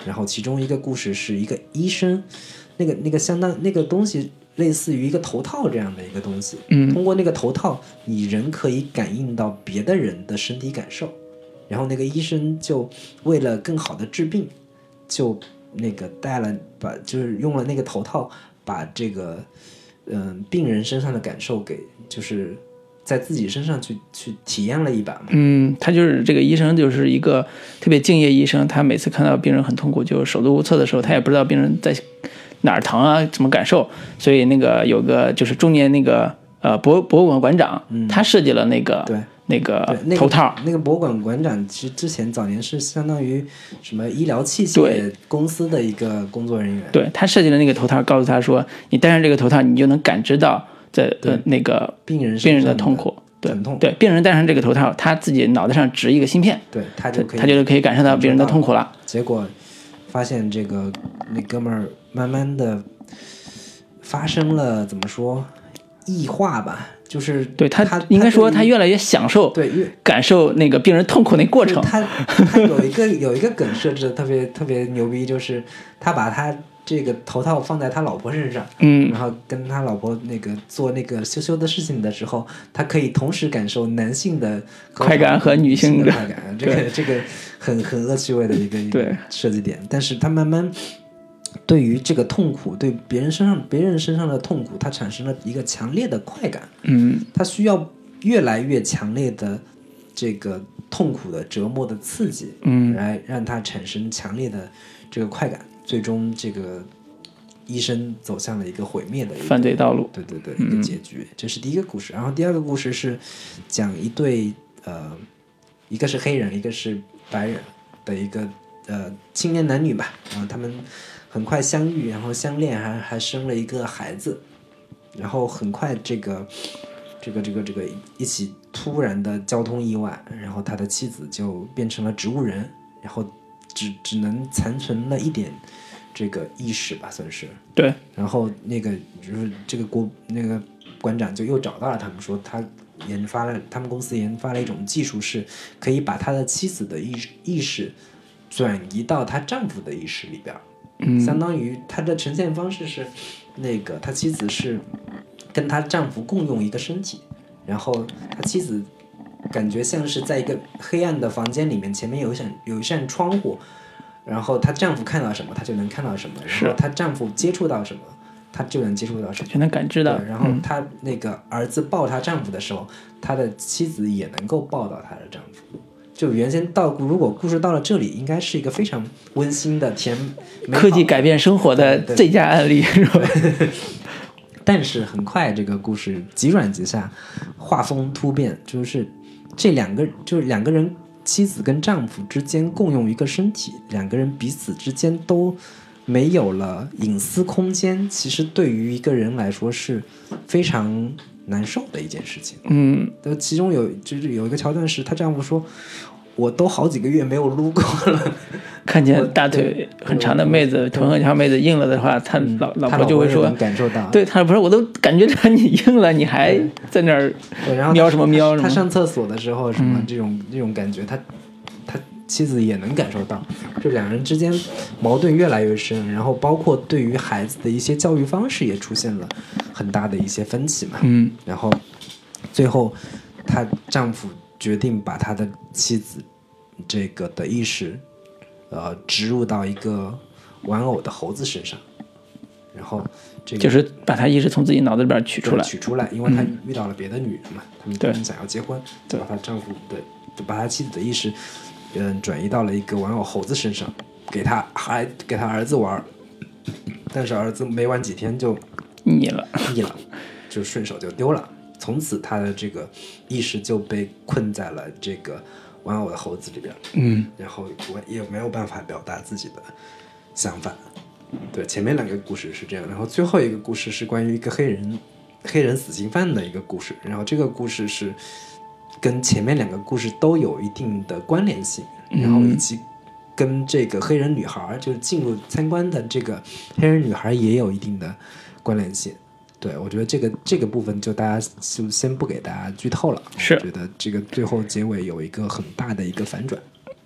Speaker 2: 然后其中一个故事是一个医生，那个相当那个东西类似于一个头套这样的一个东西，通过那个头套，你人可以感应到别的人的身体感受，然后那个医生就为了更好的治病，就那个就是用了那个头套，把这个病人身上的感受给就是在自己身上去体验了一把嘛。
Speaker 1: 他就是这个医生，就是一个特别敬业医生。他每次看到病人很痛苦，就手足无措的时候，他也不知道病人在哪儿疼啊，怎么感受。所以那个有个就是中年那个博物馆馆长，他设计了那个头套。
Speaker 2: 那个博物馆馆长其实之前早年是相当于什么医疗器械公司的一个工作人员。
Speaker 1: 对，他设计了那个头套，告诉他说，你戴上这个头套，你就能感知到那个病人的痛苦。对，病人戴上这个头套，他自己脑袋上植一个芯片，
Speaker 2: 对，他就
Speaker 1: 可以感受到病人的痛苦了。
Speaker 2: 结果发现那哥们儿慢慢的发生了怎么说异化吧，就是
Speaker 1: 对他应该说他越来越享受感受那个病人痛苦那过程。
Speaker 2: 他有一个梗设置的特别牛逼，就是他把他这个头套放在他老婆身上，然后跟他老婆那个做那个羞的事情的时候，他可以同时感受男性的
Speaker 1: 快感和女性
Speaker 2: 的快感，这个很恶趣味的一个设计点。但是他慢慢对于这个痛苦，对别人身上的痛苦，他产生了一个强烈的快感。他需要越来越强烈的这个痛苦的折磨的刺激，来让他产生强烈的这个快感。最终这个医生走向了一个毁灭的
Speaker 1: 犯罪道路，
Speaker 2: 对，一个结局。这是第一个故事。然后第二个故事是讲一对一个是黑人，一个是白人的一个青年男女吧，然后他们很快相遇，然后相恋，还生了一个孩子，然后很快这个一起突然的交通意外，然后他的妻子就变成了植物人，然后只能残存了一点这个意识吧，算是。
Speaker 1: 对。
Speaker 2: 然后那个就是这个馆长就又找到了他们，说他们公司研发了一种技术，是可以把他的妻子的意识转移到他丈夫的意识里边。相当于他的呈现方式是，那个他妻子是跟他丈夫共用一个身体，然后他妻子感觉像是在一个黑暗的房间里面，前面有一扇窗户，然后她丈夫看到什么，她就能看到什么；然后她丈夫接触到什么，她就能接触到什么，
Speaker 1: 就能感知到。
Speaker 2: 然后她那个儿子抱她丈夫的时候，她的妻子也能够抱到她的丈夫。就原先如果故事到了这里，应该是一个非常温馨的
Speaker 1: 科技改变生活的最佳案例，是吧？
Speaker 2: 但是很快这个故事急转直下，画风突变，就是两个人，妻子跟丈夫之间共用一个身体，两个人彼此之间都没有了隐私空间，其实对于一个人来说是非常难受的一件事情。其中有一个桥段是她丈夫说，我都好几个月没有撸过了，
Speaker 1: 看见大腿很长的妹子，臀很长妹子硬了的话，他老婆就会说，
Speaker 2: 感受到，
Speaker 1: 对，他不是，我都感觉到你硬了，你还在那儿瞄什么瞄什么？
Speaker 2: 他上厕所的时候，什么这种感觉，他妻子也能感受到，就两人之间矛盾越来越深，然后包括对于孩子的一些教育方式也出现了很大的一些分歧嘛。然后最后她丈夫决定把他的妻子这个的意识植入到一个玩偶的猴子身上，然后
Speaker 1: 就是把他意识从自己脑子里边取出
Speaker 2: 来，因为他遇到了别的女人嘛，他们想要结婚，就把他丈夫就把他妻子的意识转移到了一个玩偶猴子身上，给他儿子玩，但是儿子没玩几天就
Speaker 1: 腻了，
Speaker 2: 就顺手就丢了。从此他的这个意识就被困在了这个玩偶的猴子里边，然后也没有办法表达自己的想法。对，前面两个故事是这样，然后最后一个故事是关于一个黑人死刑犯的一个故事，然后这个故事是跟前面两个故事都有一定的关联性，然后以及跟这个黑人女孩就是进入参观的这个黑人女孩也有一定的关联性。对，我觉得这个部分就大家就先不给大家剧透了。
Speaker 1: 是，
Speaker 2: 我觉得这个最后结尾有一个很大的一个反转。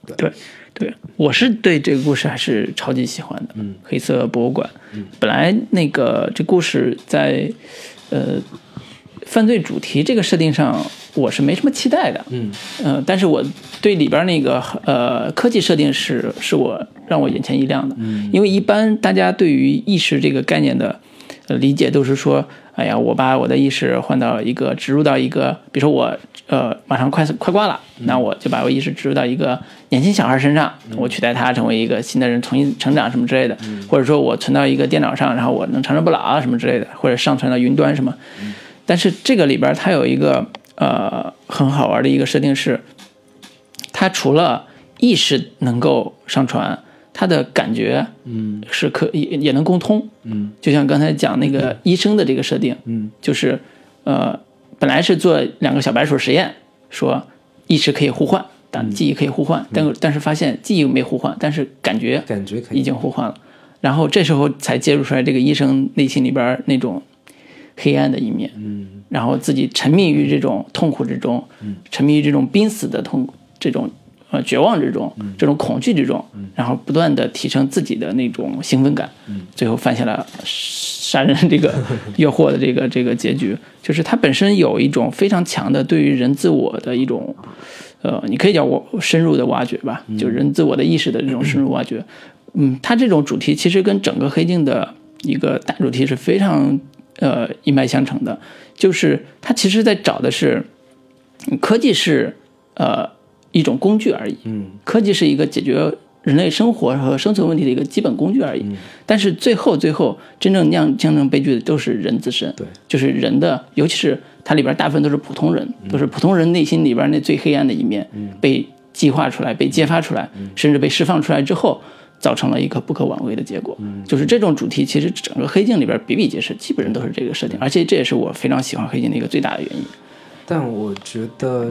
Speaker 1: 对，我是对这个故事还是超级喜欢的。黑色博物馆，本来那个这故事在犯罪主题这个设定上，我是没什么期待的。但是我对里边那个科技设定是让我眼前一亮的。因为一般大家对于意识这个概念的理解都是说，哎呀，我把我的意识植入到一个，比如说我马上快挂了，那我就把我意识植入到一个年轻小孩身上，我取代他成为一个新的人，重新成长什么之类的，或者说我存到一个电脑上，然后我能长生不老啊什么之类的，或者上传到云端什么。但是这个里边它有一个很好玩的一个设定是，它除了意识能够上传，它的感觉是也能沟通。就像刚才讲那个医生的这个设定，就是本来是做2个小白鼠实验，说意识可以互换，记忆可以互换，但是发现记忆没互换，但是感觉已经互换了。然后这时候才揭露出来这个医生内心里边那种黑暗的一面，然后自己沉迷于这种痛苦之中，沉迷于这种濒死的这种绝望之中，这种恐惧之中，然后不断的提升自己的那种兴奋感，最后犯下了杀人这个越货的这个结局。就是它本身有一种非常强的对于人自我的一种你可以叫我深入的挖掘吧，就人自我的意识的这种深入挖掘。它这种主题其实跟整个黑镜的一个大主题是非常一脉相承的，就是它其实在找的是科技是一种工具而已，科技是一个解决人类生活和生存问题的一个基本工具而已。但是最后真正酿成悲剧的都是人自身，就是人的，尤其是它里边大部分都是普通人，都是普通人内心里边那最黑暗的一面被激化出来，被揭发出来，甚至被释放出来之后，造成了一个不可挽回的结果。就是这种主题其实整个黑镜里边比比皆是，基本上都是这个设定，而且这也是我非常喜欢黑镜的一个最大的原因。
Speaker 2: 但我觉得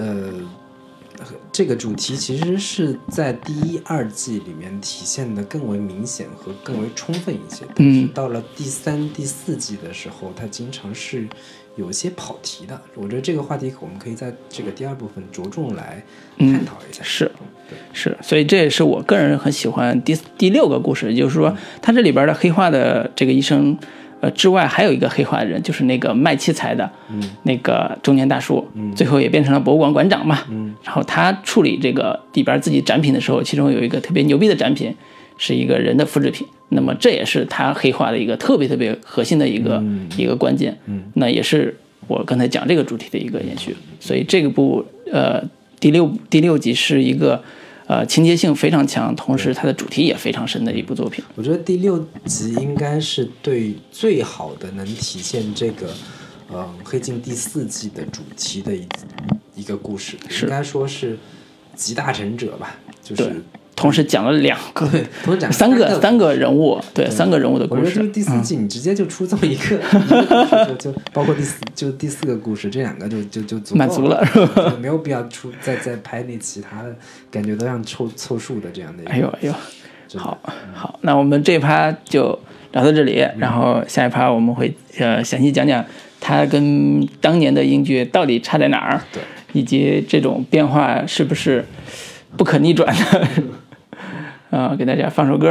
Speaker 2: 这个主题其实是在第1、2季里面体现的更为明显和更为充分一些，但是到了第3、第4季的时候，它经常是有些跑题的。我觉得这个话题我们可以在这个第2部分着重来探讨一下。
Speaker 1: 是，所以这也是我个人很喜欢第6个故事，也就是说它这里边的黑化的这个医生之外，还有一个黑化的人，就是那个卖器材的那个中年大叔，最后也变成了博物馆馆长嘛。然后他处理这个里边自己展品的时候，其中有一个特别牛逼的展品是一个人的复制品，那么这也是他黑化的一个特别特别核心的一个关键。那也是我刚才讲这个主题的一个延续。所以这个部第六集是一个情节性非常强，同时它的主题也非常深的一部作品。
Speaker 2: 我觉得第6集应该是对最好的能体现这个黑镜第4季的主题的一个故事，应该说是集大成者吧，就是
Speaker 1: 同时讲了三个人物，3个人物的故事。
Speaker 2: 我觉得就是第4季你直接就出这么一个就包括第4个故事，这2个就足够
Speaker 1: 满足了，
Speaker 2: 没有必要再拍那其他的，感觉都像凑数的这样的。
Speaker 1: 哎呦，好，那我们这一趴就聊到这里，然后下一趴我们会详细讲讲它跟当年的英剧到底差在哪儿，以及这种变化是不是不可逆转的。给大家放首歌。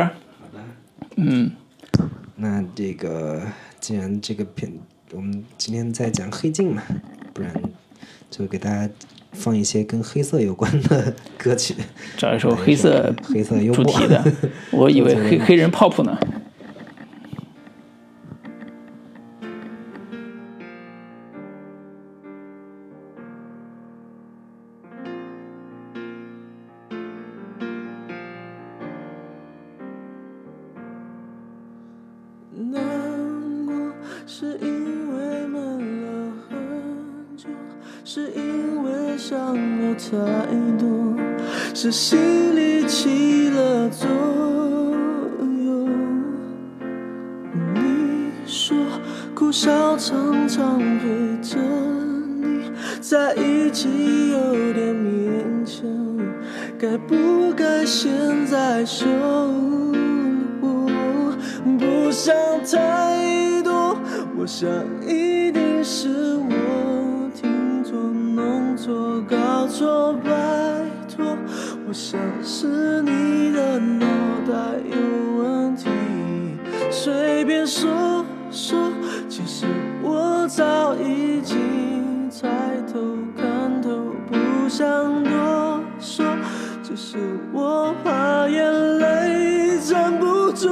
Speaker 2: 那这个既然这个我们今天在讲黑镜嘛，不然就给大家放一些跟黑色有关的歌曲，
Speaker 1: 找一首黑色
Speaker 2: 幽默
Speaker 1: 主题的。我以为黑人 pop 呢。
Speaker 3: 是因为闷了很久，是因为想要太多，是心里起了作用。你说苦笑常常陪着你在一起有点勉强，该不该现在说？不想太多，我想一定是我听错、弄错、搞错，拜托， 我想是你的脑袋有问题，随便说说，其实我早已经抬头看透，不想多说，只是我怕眼泪站不住，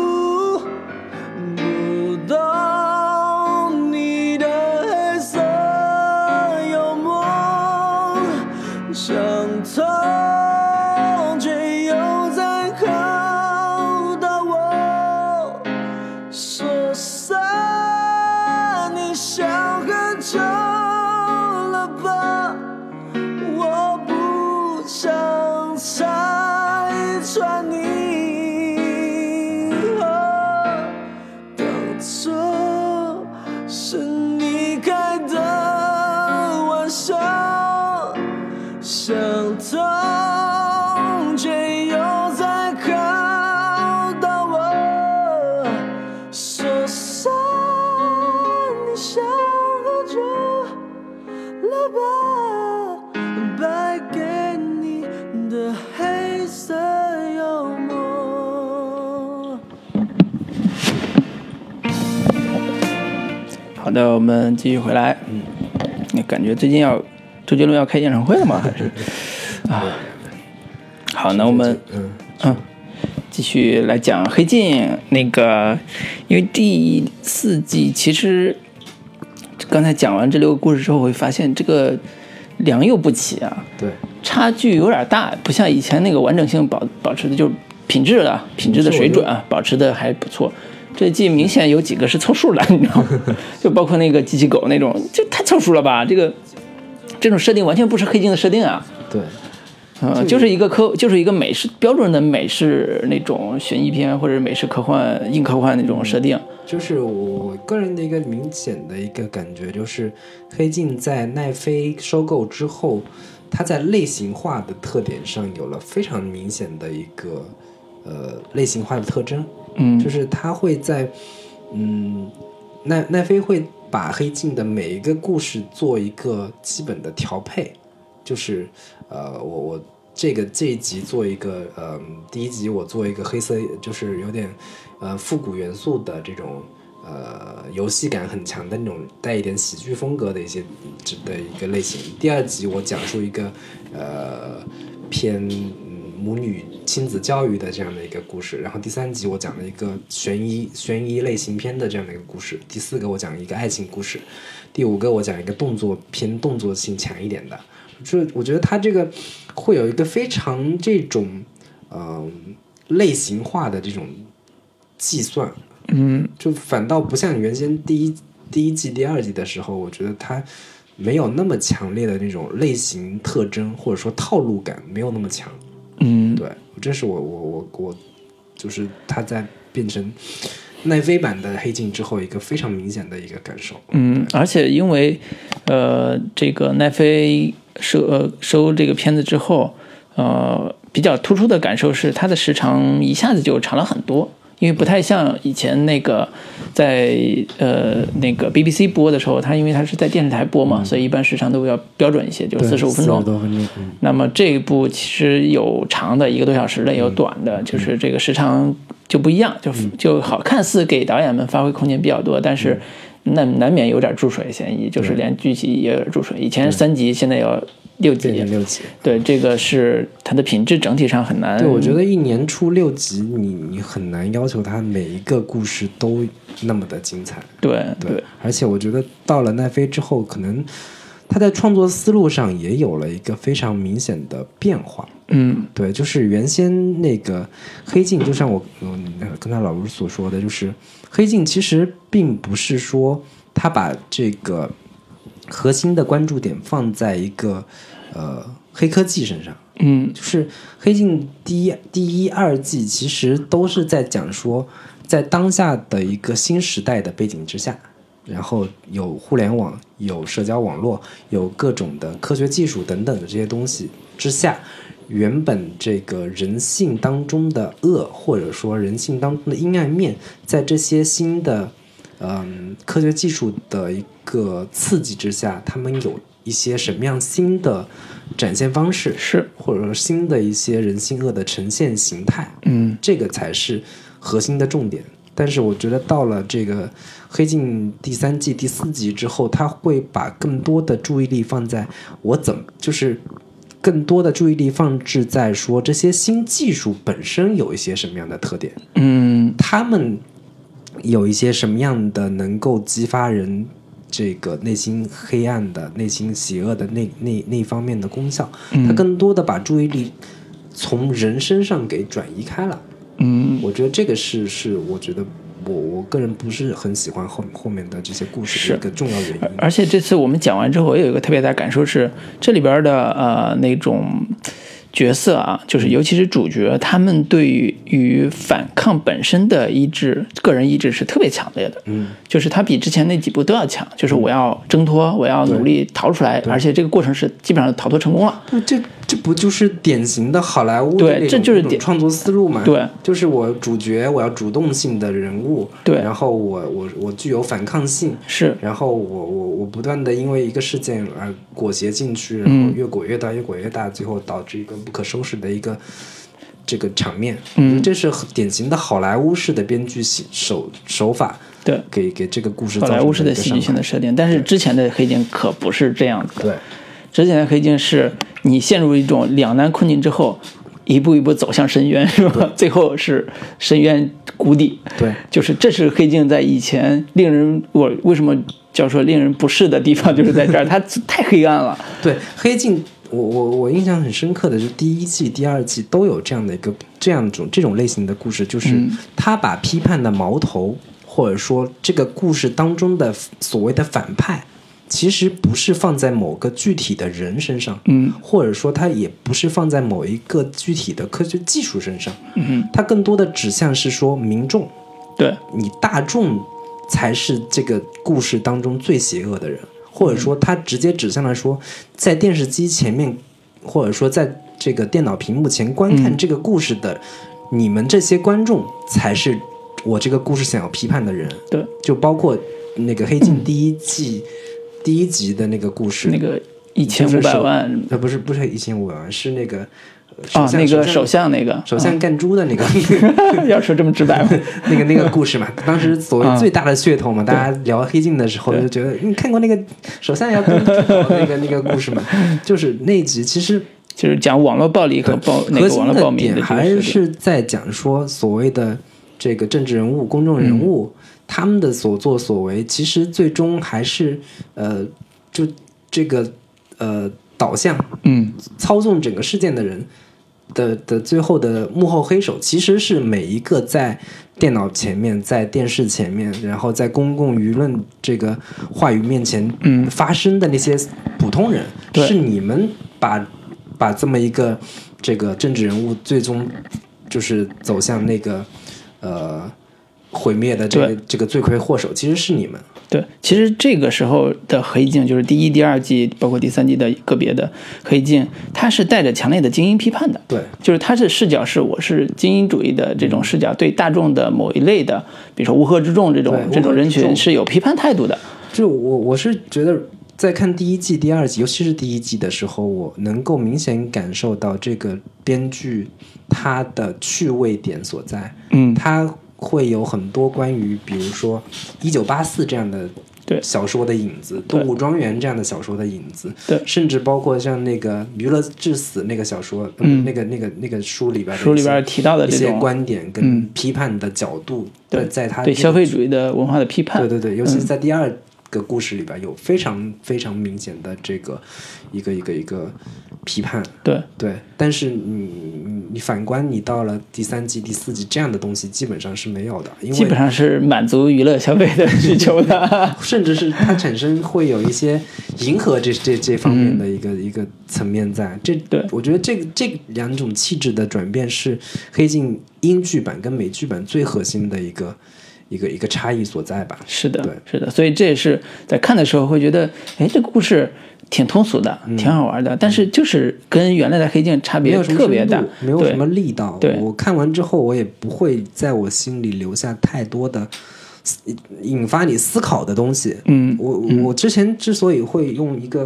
Speaker 3: 不懂你的黑色幽默，想通却又在考到我，说散你想很久了吧，我不想拆穿你，当作是你开的玩笑，想通却又在考到我，说散你想喝酒了吧，败给你的黑色幽默。
Speaker 1: 好的，我们继续回来。你感觉最近周杰伦要开演唱会了吗？还是啊？好，那我们继续来讲黑镜那个，因为第4季其实刚才讲完这6个故事之后，会发现这个良莠不齐啊，
Speaker 2: 对，
Speaker 1: 差距有点大，不像以前那个完整性保持的就是品质的水准啊，保持的还不错。这季明显有几个是凑数的，你知道吗？就包括那个机器狗那种，就太凑数了吧？这种设定完全不是黑镜的设定啊。
Speaker 2: 对，
Speaker 1: 就是一个美式标准的美式那种悬疑片或者美式科幻硬科幻那种设定。
Speaker 2: 就是我个人的一个明显的一个感觉，就是黑镜在奈飞收购之后，它在类型化的特点上有了非常明显的一个类型化的特征。就是它会在奈飞会把黑镜的每一个故事做一个基本的调配，就是我这一集做一个第一集我做一个黑色，就是有点复古元素的这种游戏感很强的那种带一点喜剧风格的一个类型。第二集我讲述一个偏母女亲子教育的这样的一个故事，然后第3集我讲了一个悬疑类型片的这样的一个故事，第4个我讲一个爱情故事，第5个我讲一个动作性强一点的。我觉得它这个会有一个非常这种类型化的这种计算，就反倒不像原先第一季第2季的时候，我觉得它没有那么强烈的那种类型特征或者说套路感没有那么强。对，这是我就是它在变成奈飞版的黑镜之后一个非常明显的一个感受。
Speaker 1: 而且因为这个奈飞收这个片子之后，比较突出的感受是它的时长一下子就长了很多。因为不太像以前那个在那个 BBC 播的时候，因为它是在电视台播嘛，所以一般时长都比较标准一些，就45分钟。那么这一部其实有长的1个多小时的，也有短的，就是这个时长就不一样，就好看似给导演们发挥空间比较多，但是难免有点注水嫌疑，就是连剧集也有点注水。以前3集，现在有6集，对，这个是它的品质整体上很难。
Speaker 2: 对，我觉得一年出6集，你很难要求它每一个故事都那么的精彩。
Speaker 1: 对，
Speaker 2: 而且我觉得到了奈飞之后，可能它在创作思路上也有了一个非常明显的变化。对，就是原先那个黑镜，就像我跟他老卢所说的，就是黑镜其实并不是说他把这个核心的关注点放在一个黑科技身上。就是黑镜第一、2季其实都是在讲说，在当下的一个新时代的背景之下，然后有互联网、有社交网络、有各种的科学技术等等的这些东西之下，原本这个人性当中的恶，或者说人性当中的阴暗面，在这些新的科学技术的一个刺激之下，他们有一些什么样新的展现方式，
Speaker 1: 是
Speaker 2: 或者说新的一些人性恶的呈现形态，这个才是核心的重点。但是我觉得到了这个黑镜第3季第4集之后，他会把更多的注意力放在就是更多的注意力放置在说这些新技术本身有一些什么样的特点，他们有一些什么样的能够激发人这个内心黑暗的、内心邪恶的那方面的功效，他更多的把注意力从人身上给转移开了。我觉得这个是我觉得我个人不是很喜欢后面的这些故事的一个重要原因。
Speaker 1: 而且这次我们讲完之后，也有一个特别大的感受是，这里边的那种角色啊，就是尤其是主角，他们对于反抗本身的个人意志是特别强烈的。就是他比之前那几部都要强，就是我要挣脱，我要努力逃出来，而且这个过程是基本上逃脱成功了。
Speaker 2: 这不就是典型的好莱坞的
Speaker 1: 对，这就是
Speaker 2: 创作思路嘛？
Speaker 1: 对，
Speaker 2: 就是我主角我要主动性的人物，
Speaker 1: 对，
Speaker 2: 然后我具有反抗性，
Speaker 1: 是，
Speaker 2: 然后我不断的因为一个事件而裹挟进去，然后越裹越大，越裹越大，最后导致一个不可收拾的一个这个场面。这是典型的好莱坞式的编剧手法。
Speaker 1: 对，
Speaker 2: 给这个故事
Speaker 1: 好莱坞式的戏剧性的设定，但是之前的黑镜可不是这样子的。
Speaker 2: 对，
Speaker 1: 之前的黑镜是你陷入一种两难困境之后，一步一步走向深渊，是吧？最后是深渊谷底。
Speaker 2: 对，
Speaker 1: 就是这是黑镜在以前我为什么叫说令人不适的地方，就是在这儿，它太黑暗了。
Speaker 2: 对，黑镜我印象很深刻的就是第1季、第2季都有这样的一个这种类型的故事，就是他把批判的矛头，或者说这个故事当中的所谓的反派，其实不是放在某个具体的人身上，或者说它也不是放在某一个具体的科学技术身上，它更多的指向是说民众，
Speaker 1: 对，
Speaker 2: 你大众才是这个故事当中最邪恶的人，或者说它直接指向了说，在电视机前面，或者说在这个电脑屏幕前观看这个故事的你们这些观众才是我这个故事想要批判的人。
Speaker 1: 对，
Speaker 2: 就包括那个黑镜第1季第1集的那个故事，
Speaker 1: 那个1500万，
Speaker 2: 不是1500万，是那个
Speaker 1: 那个首相
Speaker 2: 干猪的那个，
Speaker 1: 要说这么直白吗？
Speaker 2: 那个故事嘛，当时所谓最大的噱头嘛，大家聊黑镜的时候就觉得，你看过那个首相要干猪那个故事嘛，就是那一集其实
Speaker 1: 就是讲网络暴力和那个网络暴民的，
Speaker 2: 还是在讲说所谓的这个政治人物、公众人物，他们的所作所为，其实最终还是就这个导向，操纵整个事件的人的最后的幕后黑手，其实是每一个在电脑前面、在电视前面，然后在公共舆论这个话语面前发生的那些普通人，是你们把这么一个这个政治人物最终就是走向那个毁灭的这个罪魁祸首，其实是你们。
Speaker 1: 对，其实这个时候的黑镜，就是第1、第2季，包括第3季的个别的黑镜，它是带着强烈的精英批判的。对，就是它是视角是我是精英主义的这种视角，对大众的某一类的，比如说乌合之众这种人群是有批判态度的。
Speaker 2: 就我是觉得，在看第1季、第2季，尤其是第1季的时候，我能够明显感受到这个编剧他的趣味点所在。他会有很多关于比如说1984这样的小说的影子，动物庄园这样的小说的影子，甚至包括像那个娱乐至死那个小说，那个书里边
Speaker 1: 提到的
Speaker 2: 一些观点跟批判的角度，在他
Speaker 1: 对消费主义的文化的批判，
Speaker 2: 对，尤其是在第2个故事里边有非常非常明显的这个一个批判。对，但是你反观你到了第3季、第4季，这样的东西基本上是没有的，因为
Speaker 1: 基本上是满足娱乐消费的需求的，
Speaker 2: 甚至是它产生会有一些迎合这方面的一个层面在。
Speaker 1: 对，
Speaker 2: 我觉得这两种气质的转变是黑镜英剧版跟美剧版最核心的一个差异所在吧。
Speaker 1: 是的，
Speaker 2: 对，
Speaker 1: 是的，所以这也是在看的时候会觉得，哎，这个故事挺通俗的，挺好玩的，但是就是跟原来的黑镜差别特别大，
Speaker 2: 没有什么力道。对，我看完之后，我也不会在我心里留下太多的引发你思考的东西。我之前之所以会用一个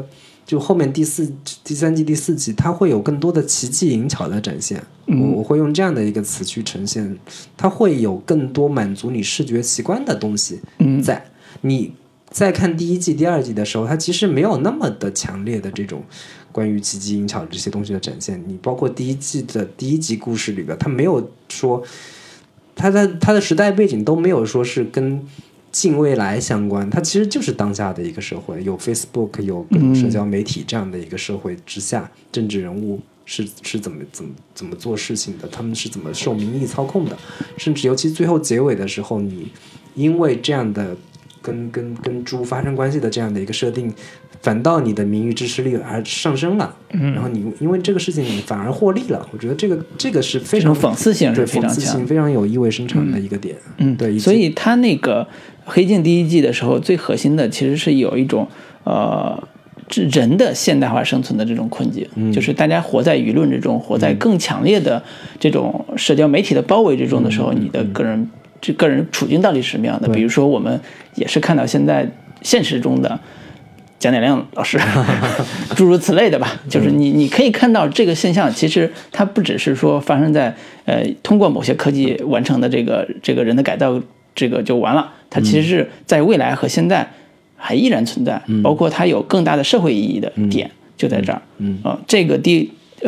Speaker 2: 就后面第三季第4季它会有更多的奇技淫巧的展现，我会用这样的一个词去呈现，它会有更多满足你视觉奇观的东西在。你在看第1季第2季的时候，它其实没有那么的强烈的这种关于奇技淫巧这些东西的展现。你包括第1季的第1集故事里边，它没有说它的时代背景都没有说是跟近未来相关，它其实就是当下的一个社会，有 Facebook 有各种社交媒体这样的一个社会之下，政治人物是怎么做事情的，他们是怎么受民意操控的，甚至尤其最后结尾的时候，你因为这样的跟猪发生关系的这样的一个设定，反倒你的民意支持率而上升了，然后你因为这个事情你反而获利了。我觉得这个是非常
Speaker 1: 讽刺性是非常强，
Speaker 2: 讽刺性非常有意味深长的一个点。对，
Speaker 1: 所以他那个黑镜第1季的时候，最核心的其实是有一种人的现代化生存的这种困境，就是大家活在舆论之中，活在更强烈的这种社交媒体的包围之中的时候，你的个人处境到底是什么样的？比如说，我们也是看到现在现实中的蒋点亮老师诸如此类的吧，就是你可以看到这个现象，其实它不只是说发生在通过某些科技完成的这个人的改造这个就完了，它其实是在未来和现在还依然存在，包括它有更大的社会意义的点就在这儿。这个第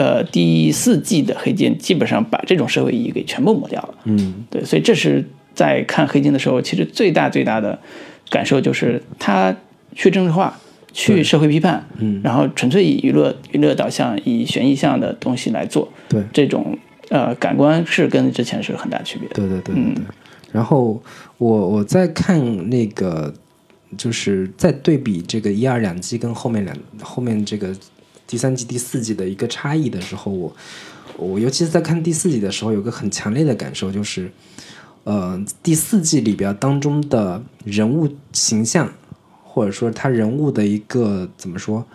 Speaker 1: 4季的黑镜基本上把这种社会意义给全部抹掉了。对，所以这是在看黑镜的时候，其实最大的感受就是它去政治化，去社会批判，然后纯粹以娱乐导向，以悬疑向的东西来做。
Speaker 2: 对，这
Speaker 1: 种感官是跟之前是很大区别的。
Speaker 2: 对。然后我在看那个，就是在对比这个1、2、2季跟后面这个第3季、第4季的一个差异的时候，我尤其是在看第4季的时候，有个很强烈的感受，就是第4季里边当中的人物形象，或者说他人物的一个怎么说，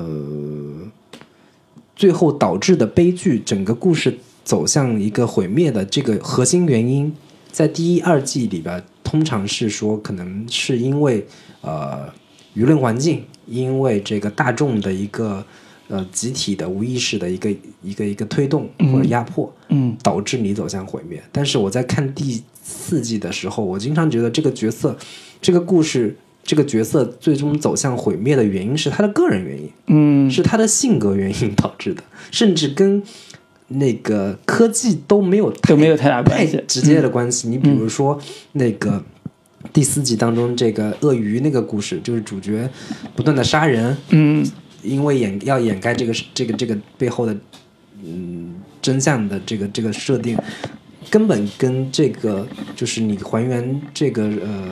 Speaker 2: 最后导致的悲剧，整个故事走向一个毁灭的这个核心原因，在第1、2季里边通常是说可能是因为舆论环境，因为这个大众的一个集体的无意识的一个推动或者压迫，导致你走向毁灭。但是我在看第4季的时候，我经常觉得这个角色，这个故事，这个角色最终走向毁灭的原因是他的个人原因，是他的性格原因导致的，甚至跟那个科技都没有
Speaker 1: 太大关系，
Speaker 2: 太直接的关系。你比如说那个第4季当中这个鳄鱼那个故事，就是主角不断的杀人，因为要掩盖这个背后的真相的这个设定，根本跟这个就是你还原这个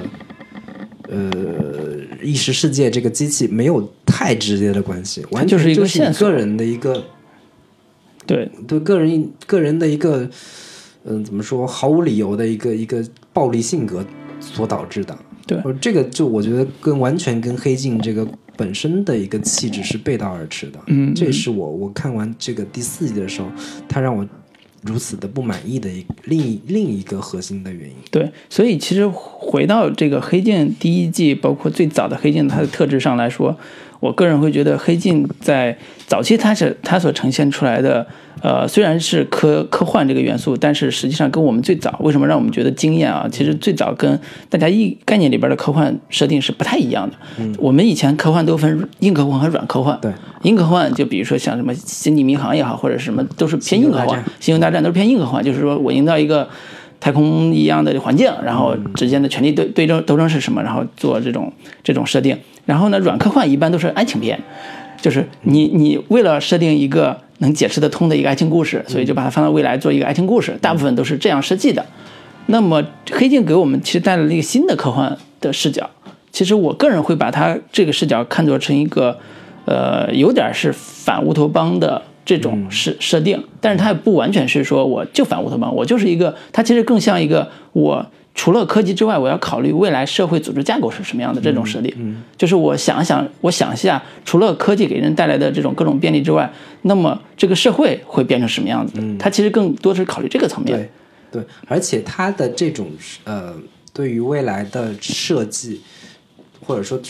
Speaker 2: 意识世界这个机器没有太直接的关系，完全
Speaker 1: 就是一个线索，
Speaker 2: 个人的一个
Speaker 1: 对
Speaker 2: 个人的一个怎么说毫无理由的一个暴力性格所导致的。
Speaker 1: 对，
Speaker 2: 这个就我觉得完全跟黑镜这个本身的一个气质是背道而驰的。这也是我看完这个第4季的时候，它让我如此的不满意的另一个核心的原因。
Speaker 1: 对，所以其实回到这个黑镜第1季，包括最早的黑镜它的特质上来说，我个人会觉得黑镜在早期它所呈现出来的虽然是科幻这个元素，但是实际上跟我们最早为什么让我们觉得惊艳啊，其实最早跟大家概念里边的科幻设定是不太一样的。我们以前科幻都分硬科幻和软科幻。
Speaker 2: 对，
Speaker 1: 硬科幻就比如说像什么星际迷航也好，或者什么都是偏硬科幻，星球大战都是偏硬科幻，就是说我营造一个太空一样的环境，然后之间的权力斗争是什么，然后做这种设定。然后呢，软科幻一般都是爱情片，就是你为了设定一个能解释得通的一个爱情故事，所以就把它放到未来做一个爱情故事，大部分都是这样设计的。那么黑镜给我们其实带来了一个新的科幻的视角，其实我个人会把它这个视角看作成一个有点是反乌托邦的这种设定，但是它也不完全是说我就反乌托邦，我就是一个，它其实更像一个我除了科技之外，我要考虑未来社会组织架构是什么样的这种设定。就是我想一下，除了科技给人带来的这种各种便利之外，那么这个社会会变成什么样子？它其实更多是考虑这个层面。
Speaker 2: 对，而且它的这种对于未来的设计，或者说这种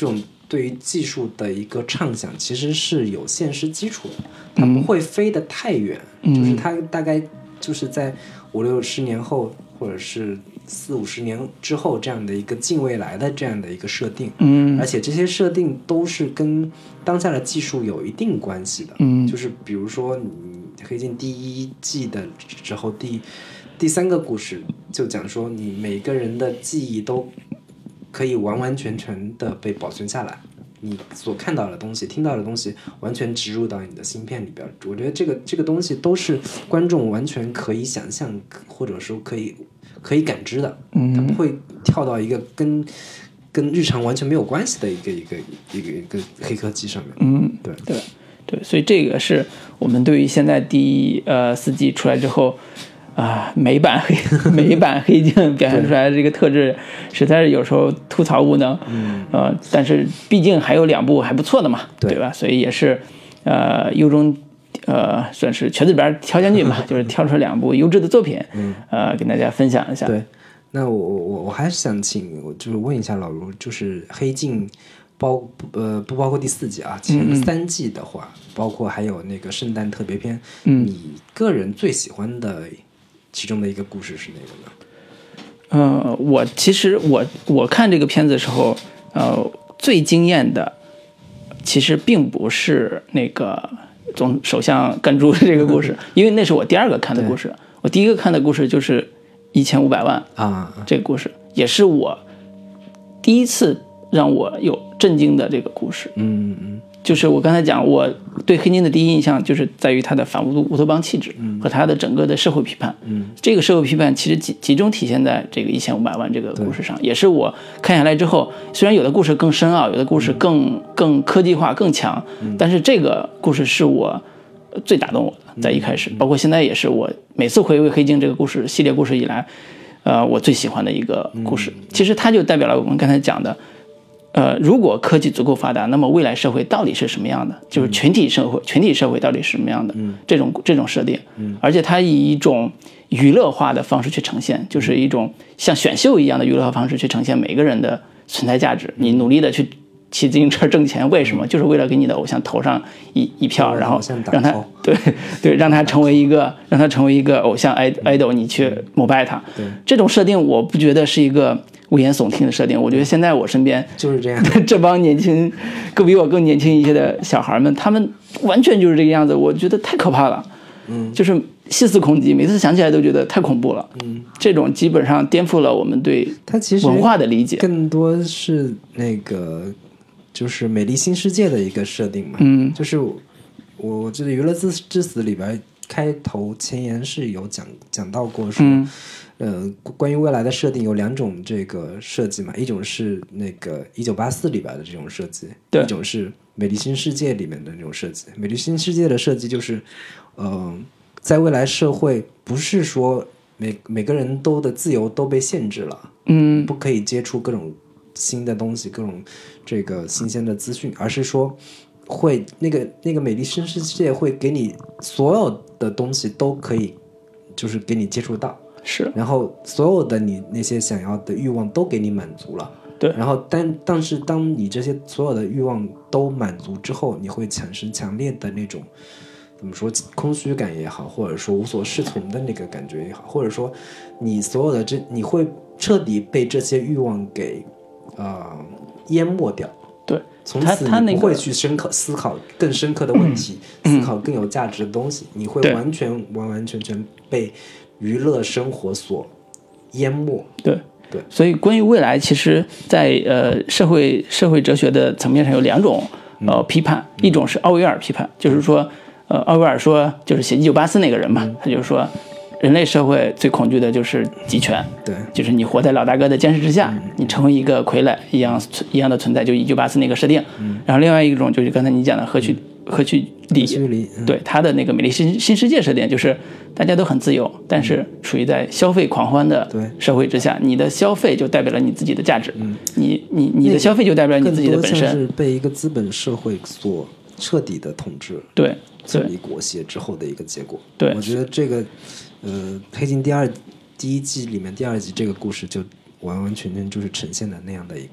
Speaker 2: 对于技术的一个畅想其实是有现实基础的，它不会飞得太远，就是它大概就是在50-60年后或者是40-50年之后这样的一个近未来的这样的一个设定，而且这些设定都是跟当下的技术有一定关系的，就是比如说你黑镜第一季的之后第3个故事就讲说你每个人的记忆都可以完完全全的被保存下来，你所看到的东西听到的东西完全植入到你的芯片里边，我觉得这个东西都是观众完全可以想象或者说可以感知的，它不会跳到一个跟日常完全没有关系的一个黑科技上面。
Speaker 1: 对，所以这个是我们对于现在第4季出来之后每一版黑镜表现出来的这个特质，实在是有时候吐槽无能。但是毕竟还有2部还不错的嘛，对吧？所以也是优中算是瘸子里边挑将军吧，就是挑出2部优质的作品，跟大家分享一下。
Speaker 2: 对，那我还是想就是问一下老卢，就是黑镜不包括第4季啊，前3季的话，包括还有那个圣诞特别篇，你个人最喜欢的其中的一个故事是哪个呢？
Speaker 1: 其实我看这个片子的时候，最惊艳的其实并不是那个总首相干珠这个故事，因为那是我第2个看的故事。我第一个看的故事就是1500万这个故事，也是我第一次让我有震惊的这个故事。就是我刚才讲，我对黑镜的第一印象就是在于它的反乌托邦气质和它的整个的社会批判。这个社会批判其实集中体现在这个1500万这个故事上，也是我看下来之后，虽然有的故事更深奥，有的故事更科技化更强，但是这个故事是我最打动我的，在一开始，包括现在也是我每次回味黑镜这个故事系列故事以来，我最喜欢的一个故事。其实它就代表了我们刚才讲的。如果科技足够发达，那么未来社会到底是什么样的？就是群体社会到底是什么样的？这种设定，而且它以一种娱乐化的方式去呈现，就是一种像选秀一样的娱乐化方式去呈现每个人的存在价值。你努力的去骑自行车挣钱，为什么？就是为了给你的偶像投上一票，然后让他让他成为一个偶像 idol， 你去膜拜他。这种设定我不觉得是一个危言耸听的设定，我觉得现在我身边
Speaker 2: 就是这样，
Speaker 1: 这帮年轻比我更年轻一些的小孩们，他们完全就是这个样子，我觉得太可怕了。就是细思恐极，每次想起来都觉得太恐怖了。这种基本上颠覆了我们对文化的理解，
Speaker 2: 更多是那个就是美丽新世界的一个设定嘛。就是我记得《娱乐至死》里边开头前言是有讲到过说。关于未来的设定有2种这个设计嘛，一种是那个1984里边的这种设计，一种是美丽新世界里面的这种设计。美丽新世界的设计就是，在未来社会不是说每个人的自由都被限制了，不可以接触各种新的东西，各种这个新鲜的资讯，而是说会那个美丽新世界会给你所有的东西都可以，就是给你接触到。
Speaker 1: 是，
Speaker 2: 然后所有的你那些想要的欲望都给你满足了，
Speaker 1: 对。
Speaker 2: 然后但是当你这些所有的欲望都满足之后，你会产生强烈的那种怎么说空虚感也好，或者说无所适从的那个感觉也好，或者说你所有的你会彻底被这些欲望给淹没掉。
Speaker 1: 对，
Speaker 2: 从此你不会去思考更深刻的问题，思考更有价值的东西，你会完全被娱乐生活所淹没。
Speaker 1: 对，所以关于未来，其实在社会哲学的层面上有2种批判，一种是奥威尔批判，就是说奥威尔说就是写1984那个人嘛，他就说人类社会最恐惧的就是集权，
Speaker 2: 对，
Speaker 1: 就是你活在老大哥的监视之下，你成为一个傀儡一样的存在，就1984那个设定。然后另外一种就是刚才你讲的何去理，对他的那个美丽新世界设定，就是大家都很自由，但是处于在消费狂欢的社会之下，你的消费就代表了你自己的价值，你的消费就代表了你自己的本身，
Speaker 2: 更多像是被一个资本社会所彻底的统治，
Speaker 1: 对，
Speaker 2: 彻底裹挟之后的一个结果。
Speaker 1: 对，
Speaker 2: 我觉得这个黑镜第一季里面第2集这个故事就完完全全就是呈现的那样的一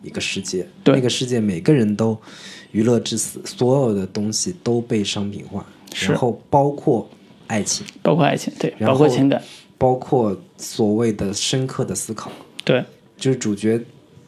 Speaker 2: 一个世界，
Speaker 1: 对，
Speaker 2: 那个世界每个人都娱乐至死，所有的东西都被商品化，然后包括爱情，
Speaker 1: 对，包括情感，
Speaker 2: 包括所谓的深刻的思考，
Speaker 1: 对，
Speaker 2: 就是主角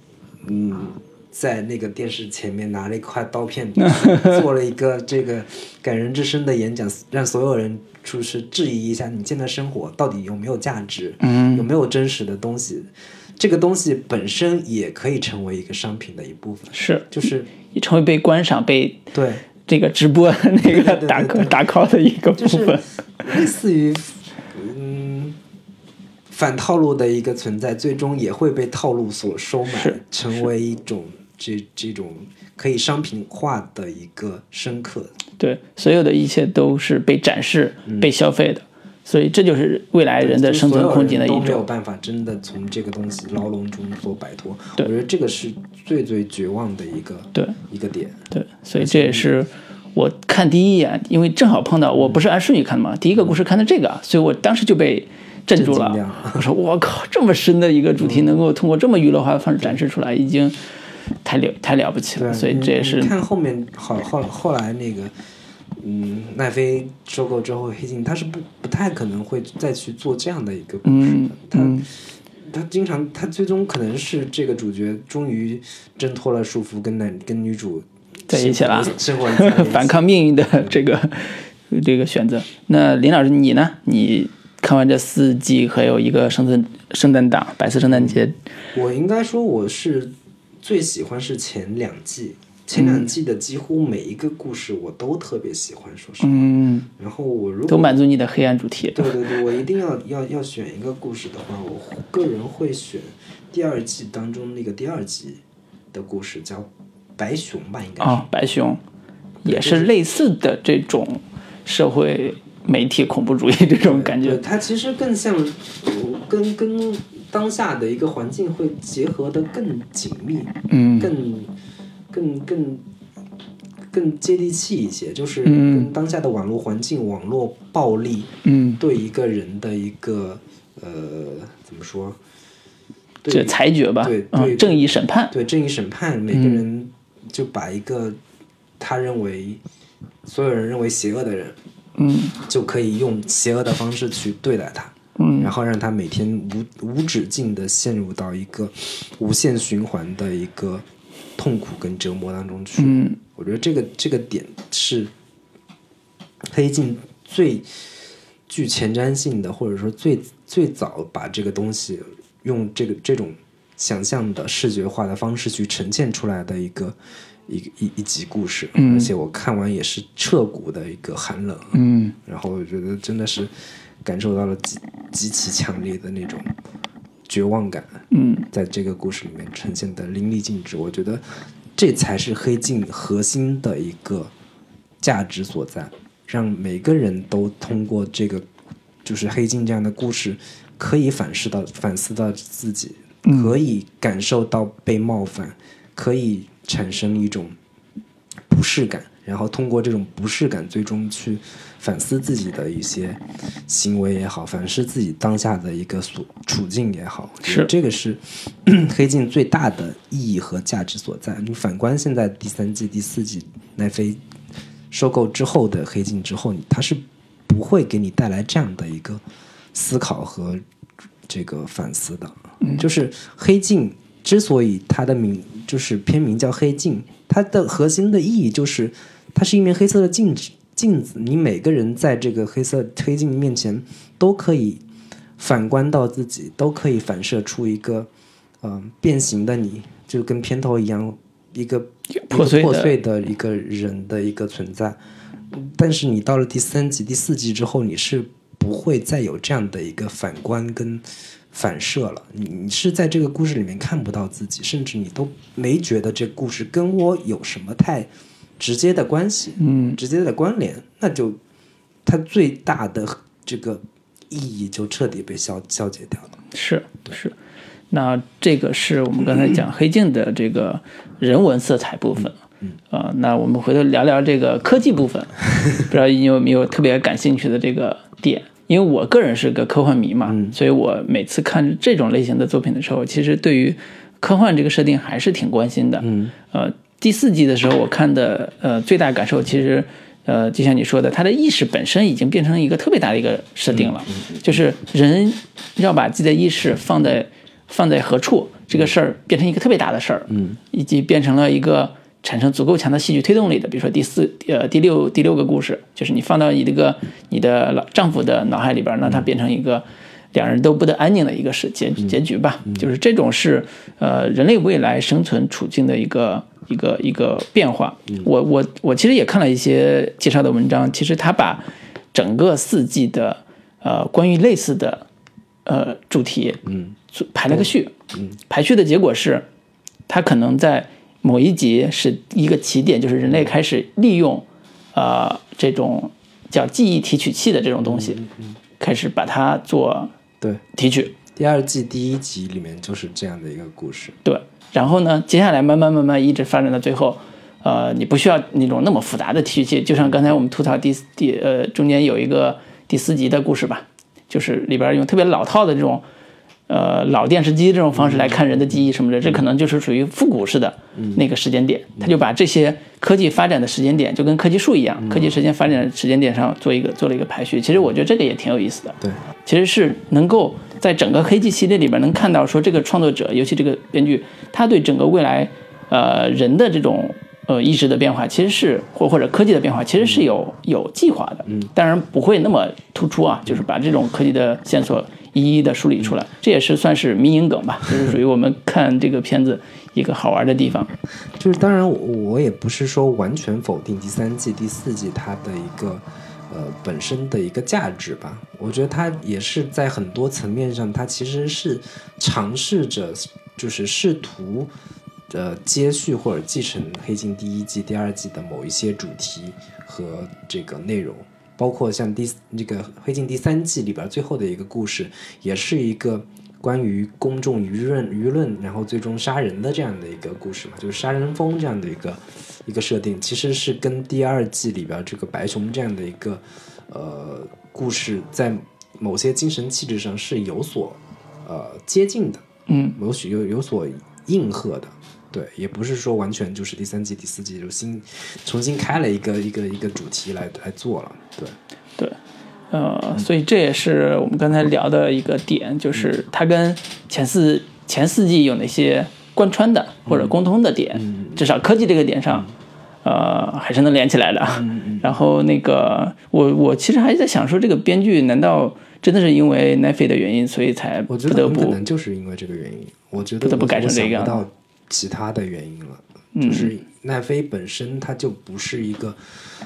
Speaker 2: 在那个电视前面拿了一块刀片做了一个这个感人至深的演讲，让所有人就是质疑一下你现在生活到底有没有价值，有没有真实的东西，这个东西本身也可以成为一个商品的一部分，
Speaker 1: 是，
Speaker 2: 就是
Speaker 1: 成为被观赏被
Speaker 2: 对
Speaker 1: 这个直播那个打 call 的一个部分，
Speaker 2: 就是类似于反套路的一个存在，最终也会被套路所收买，成为一种这种可以商品化的一个深刻。对，
Speaker 1: 所有的一切都是被展示、被消费的，所以这就是未来人的生存空间的一种。
Speaker 2: 都没有办法真的从这个东西牢笼中所摆脱。我觉得这个是最最绝望的一个点。
Speaker 1: 对，所以这也是我看第一眼，因为正好碰到，我不是按顺序看的嘛，第一个故事看的这个，所以我当时就被镇住了。我说我靠，这么深的一个主题能够通过这么娱乐化的方式展示出来，已经太了不起了。所以这也是
Speaker 2: 你看后面后来那个奈飞收购之后，黑镜他是不太可能会再去做这样的一个故事的。他经常他最终可能是这个主角终于挣脱了束缚，跟女主
Speaker 1: 在一起了，
Speaker 2: 生活
Speaker 1: 反抗命运的这个选择。那林老师你呢？你看完这4季，还有一个圣诞档白色圣诞节，
Speaker 2: 我应该说我是最喜欢是前2季。前2季的几乎每一个故事我都特别喜欢，说实话。然后我如果
Speaker 1: 都满足你的黑暗主题。
Speaker 2: 对，我一定要选一个故事的话，我个人会选第2季当中那个第2集的故事，叫白熊吧，应该是。
Speaker 1: 白熊也是类似的这种社会媒体恐怖主义这种感觉。
Speaker 2: 它其实更像跟当下的一个环境会结合的更紧密，更接地气一些，就是跟当下的网络环境、网络暴力，对一个人的一个怎么说？
Speaker 1: 这裁决吧，
Speaker 2: 对，
Speaker 1: 正义审判，
Speaker 2: 对正义审判，每个人就把一个所有人认为邪恶的人，就可以用邪恶的方式去对待他，然后让他每天无止境的陷入到一个无限循环的一个痛苦跟折磨当中去。我觉得这个点是黑镜最具前瞻性的，或者说最早把这个东西用这种想象的视觉化的方式去呈现出来的一集故事，而且我看完也是彻骨的一个寒冷，然后我觉得真的是感受到了极其强烈的那种绝望感，在这个故事里面呈现的淋漓尽致。我觉得这才是黑镜核心的一个价值所在，让每个人都通过这个就是黑镜这样的故事，可以反思到自己，可以感受到被冒犯，可以产生一种不适感，然后通过这种不适感最终去反思自己的一些行为也好，反思自己当下的一个处境也好，这个是黑镜最大的意义和价值所在。你反观现在第3季第4季奈飞收购之后的黑镜之后，它是不会给你带来这样的一个思考和这个反思的。就是黑镜之所以它的就是片名叫黑镜，它的核心的意义就是它是一面黑色的镜子，你每个人在这个黑镜面前都可以反观到自己，都可以反射出一个变形的你，就跟片头一样，一个破碎的一个人的一个存在。但是你到了第3集第4集之后，你是不会再有这样的一个反观跟反射了，你是在这个故事里面看不到自己，甚至你都没觉得这故事跟我有什么太直接的关系，直接的关联，那就它最大的这个意义就彻底被消解掉了。是，那这个是我们刚才讲黑镜的这个人文色彩部分。那我们回头聊聊这个科技部分，不知道你有没有特别感兴趣的这个点？因为我个人是个科幻迷嘛，所以我每次看这种类型的作品的时候，其实对于
Speaker 1: 科幻这个设定还是挺关心的。第4季的时候我看的最大感受其实就像你说的，他的意识本身已经变成一个特别大的一个设定了，就是人要把自己的意识放在何处这个事儿变成一个特别大的事儿，以及变成了一个产生足够强的戏剧推动力的，比如说第六个故事，就是你放到你的丈夫的脑海里边，那它变成一个两人都不得安宁的一个结局吧，就是这种是人类未来生存处境的一个变化。我其实也看了一些介绍的文章，其实他把整个4季的关于类似的主题排了个序，排序的结果是他可能在某一集是一个起点，就是人类开始利用这种叫记忆提取器的这种东西，开始把它做提取。
Speaker 2: 第2季第1集里面就是这样的一个故事。
Speaker 1: 对，然后呢，接下来慢慢一直发展到最后，你不需要那种那么复杂的提取器，就像刚才我们吐槽中间有一个第4集的故事吧，就是里边用特别老套的这种老电视机这种方式来看人的记忆什么的，这可能就是属于复古式的那个时间点，他就把这些科技发展的时间点就跟科技树一样，科技时间发展的时间点上做了一个排序。其实我觉得这个也挺有意思的，
Speaker 2: 对，
Speaker 1: 其实是能够在整个黑镜系列里边能看到说这个创作者，尤其这个编剧，他对整个未来人的这种意识的变化，其实是或者科技的变化，其实是有计划的，当然不会那么突出啊，就是把这种科技的线索一一的梳理出来，这也是算是迷因梗吧，就是属于我们看这个片子一个好玩的地方。
Speaker 2: 就是当然我也不是说完全否定第3季第4季它的一个本身的一个价值吧，我觉得它也是在很多层面上，它其实是尝试着就是试图接续或者继承黑镜第1季第2季的某一些主题和这个内容，包括像这个黑镜第3季里边最后的一个故事，也是一个关于公众舆论然后最终杀人的这样的一个故事嘛，就是杀人蜂这样的一个设定，其实是跟第2季里边这个白熊这样的一个故事在某些精神气质上是有所接近的，有所应和的。对，也不是说完全就是第3季第4季就重新开了一个主题来做了。对，
Speaker 1: 所以这也是我们刚才聊的一个点，就是它跟前四季有哪些贯穿的或者共通的点，至少科技这个点上还是能连起来的。然后那个我其实还在想说，这个编剧难道真的是因为奈飞的原因，所以才不得不，
Speaker 2: 我觉得可能就是因为这个原因，我觉得
Speaker 1: 不得不改成这个样子。
Speaker 2: 我想不到其他的原因了，就是奈飞本身它就不是一个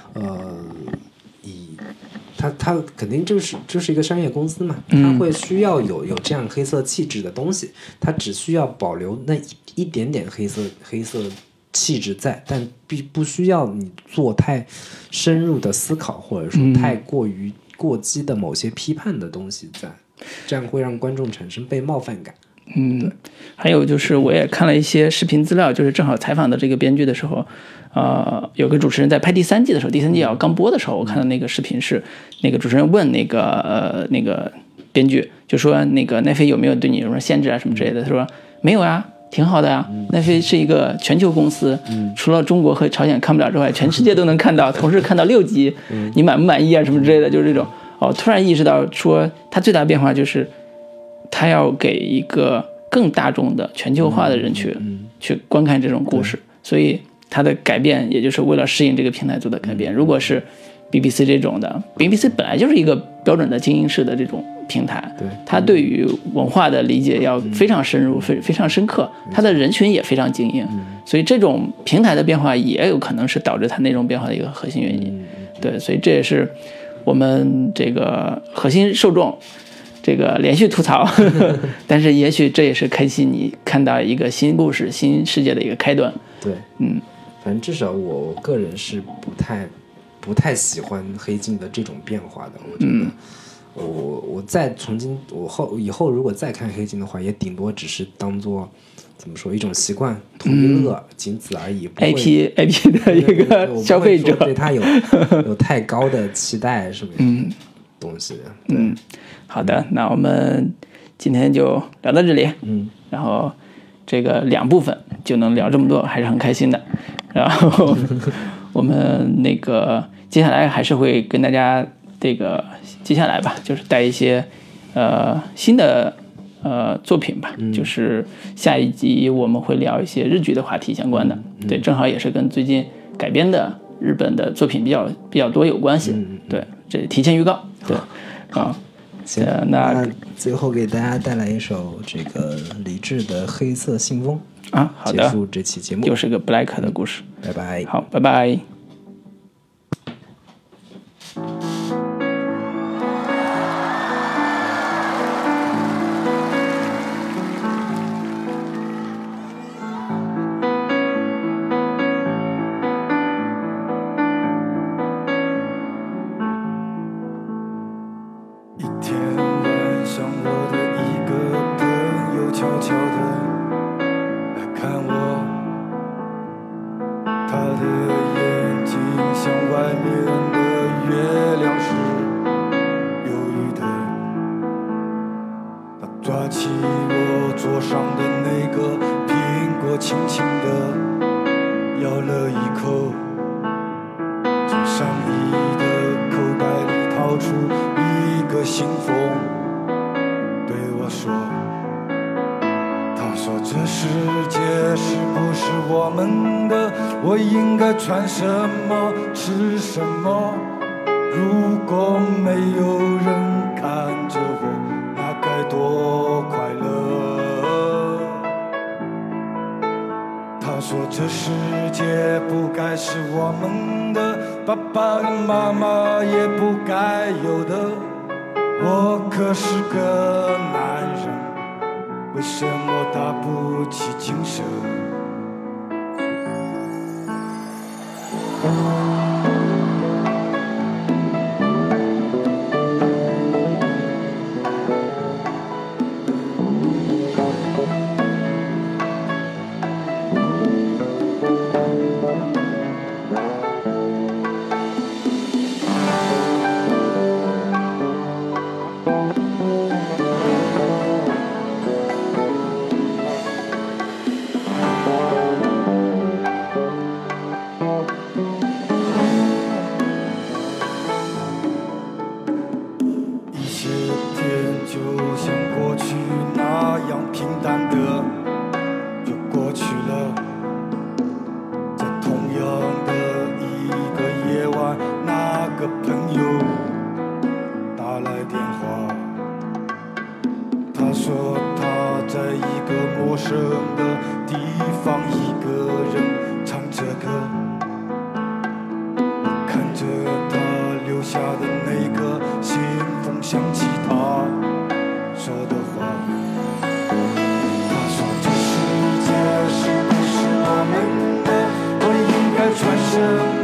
Speaker 2: 它肯定就是一个商业公司嘛，它会需要有这样黑色气质的东西，它只需要保留那一点点黑色气质在，但不需要你做太深入的思考，或者说太过激的某些批判的东西在，这样会让观众产生被冒犯感。
Speaker 1: 还有就是我也看了一些视频资料，就是正好采访的这个编剧的时候，有个主持人在拍第3季的时候，第3季要刚播的时候，我看到那个视频是那个主持人问那个编剧，就说那个奈飞有没有对你有什么限制啊什么之类的，他说没有啊，挺好的啊，奈飞是一个全球公司，除了中国和朝鲜看不了之外，全世界都能看到，同时看到6集，你满不满意啊什么之类的，就是这种。突然意识到说他最大的变化就是他要给一个更大众的全球化的人去观看这种故事，所以他的改变也就是为了适应这个平台做的改变。如果是 BBC 这种的， BBC 本来就是一个标准的精英式的这种平台，他对于文化的理解要非常深入，非常深刻，他的人群也非常精英，所以这种平台的变化也有可能是导致它内容变化的一个核心原因。对，所以这也是我们这个核心受众这个连续吐槽但是也许这也是开启你看到一个新故事新世界的一个开端。
Speaker 2: 对，反正至少我个人是不太喜欢黑镜的这种变化的。我觉得我再重新以后如果再看黑镜的话，也顶多只是当做怎么说一种习惯图一乐，仅此而已。
Speaker 1: IP 的一个消费者
Speaker 2: 对他有太高的期待什么东西。
Speaker 1: 好的，那我们今天就聊到这里。然后这个2部分就能聊这么多，还是很开心的。然后我们那个接下来还是会跟大家这个接下来吧，就是带一些新的作品吧，就是下一集我们会聊一些日剧的话题相关的，对，正好也是跟最近改编的日本的作品比较多有关系，对，这提前预告，对，好。
Speaker 2: 行，那最后给大家带来一首这个李志的《黑色信封》
Speaker 1: 啊，好的，
Speaker 2: 结束这期节目，
Speaker 1: 又是个 Black 的故事，
Speaker 2: 拜拜，
Speaker 1: 好，拜拜。
Speaker 3: 穿什么吃什么，如果没有人看着我，那该多快乐。他说这世界不该是我们的，爸爸跟妈妈也不该有的，我可是个男人，为什么打不起精神。穿什么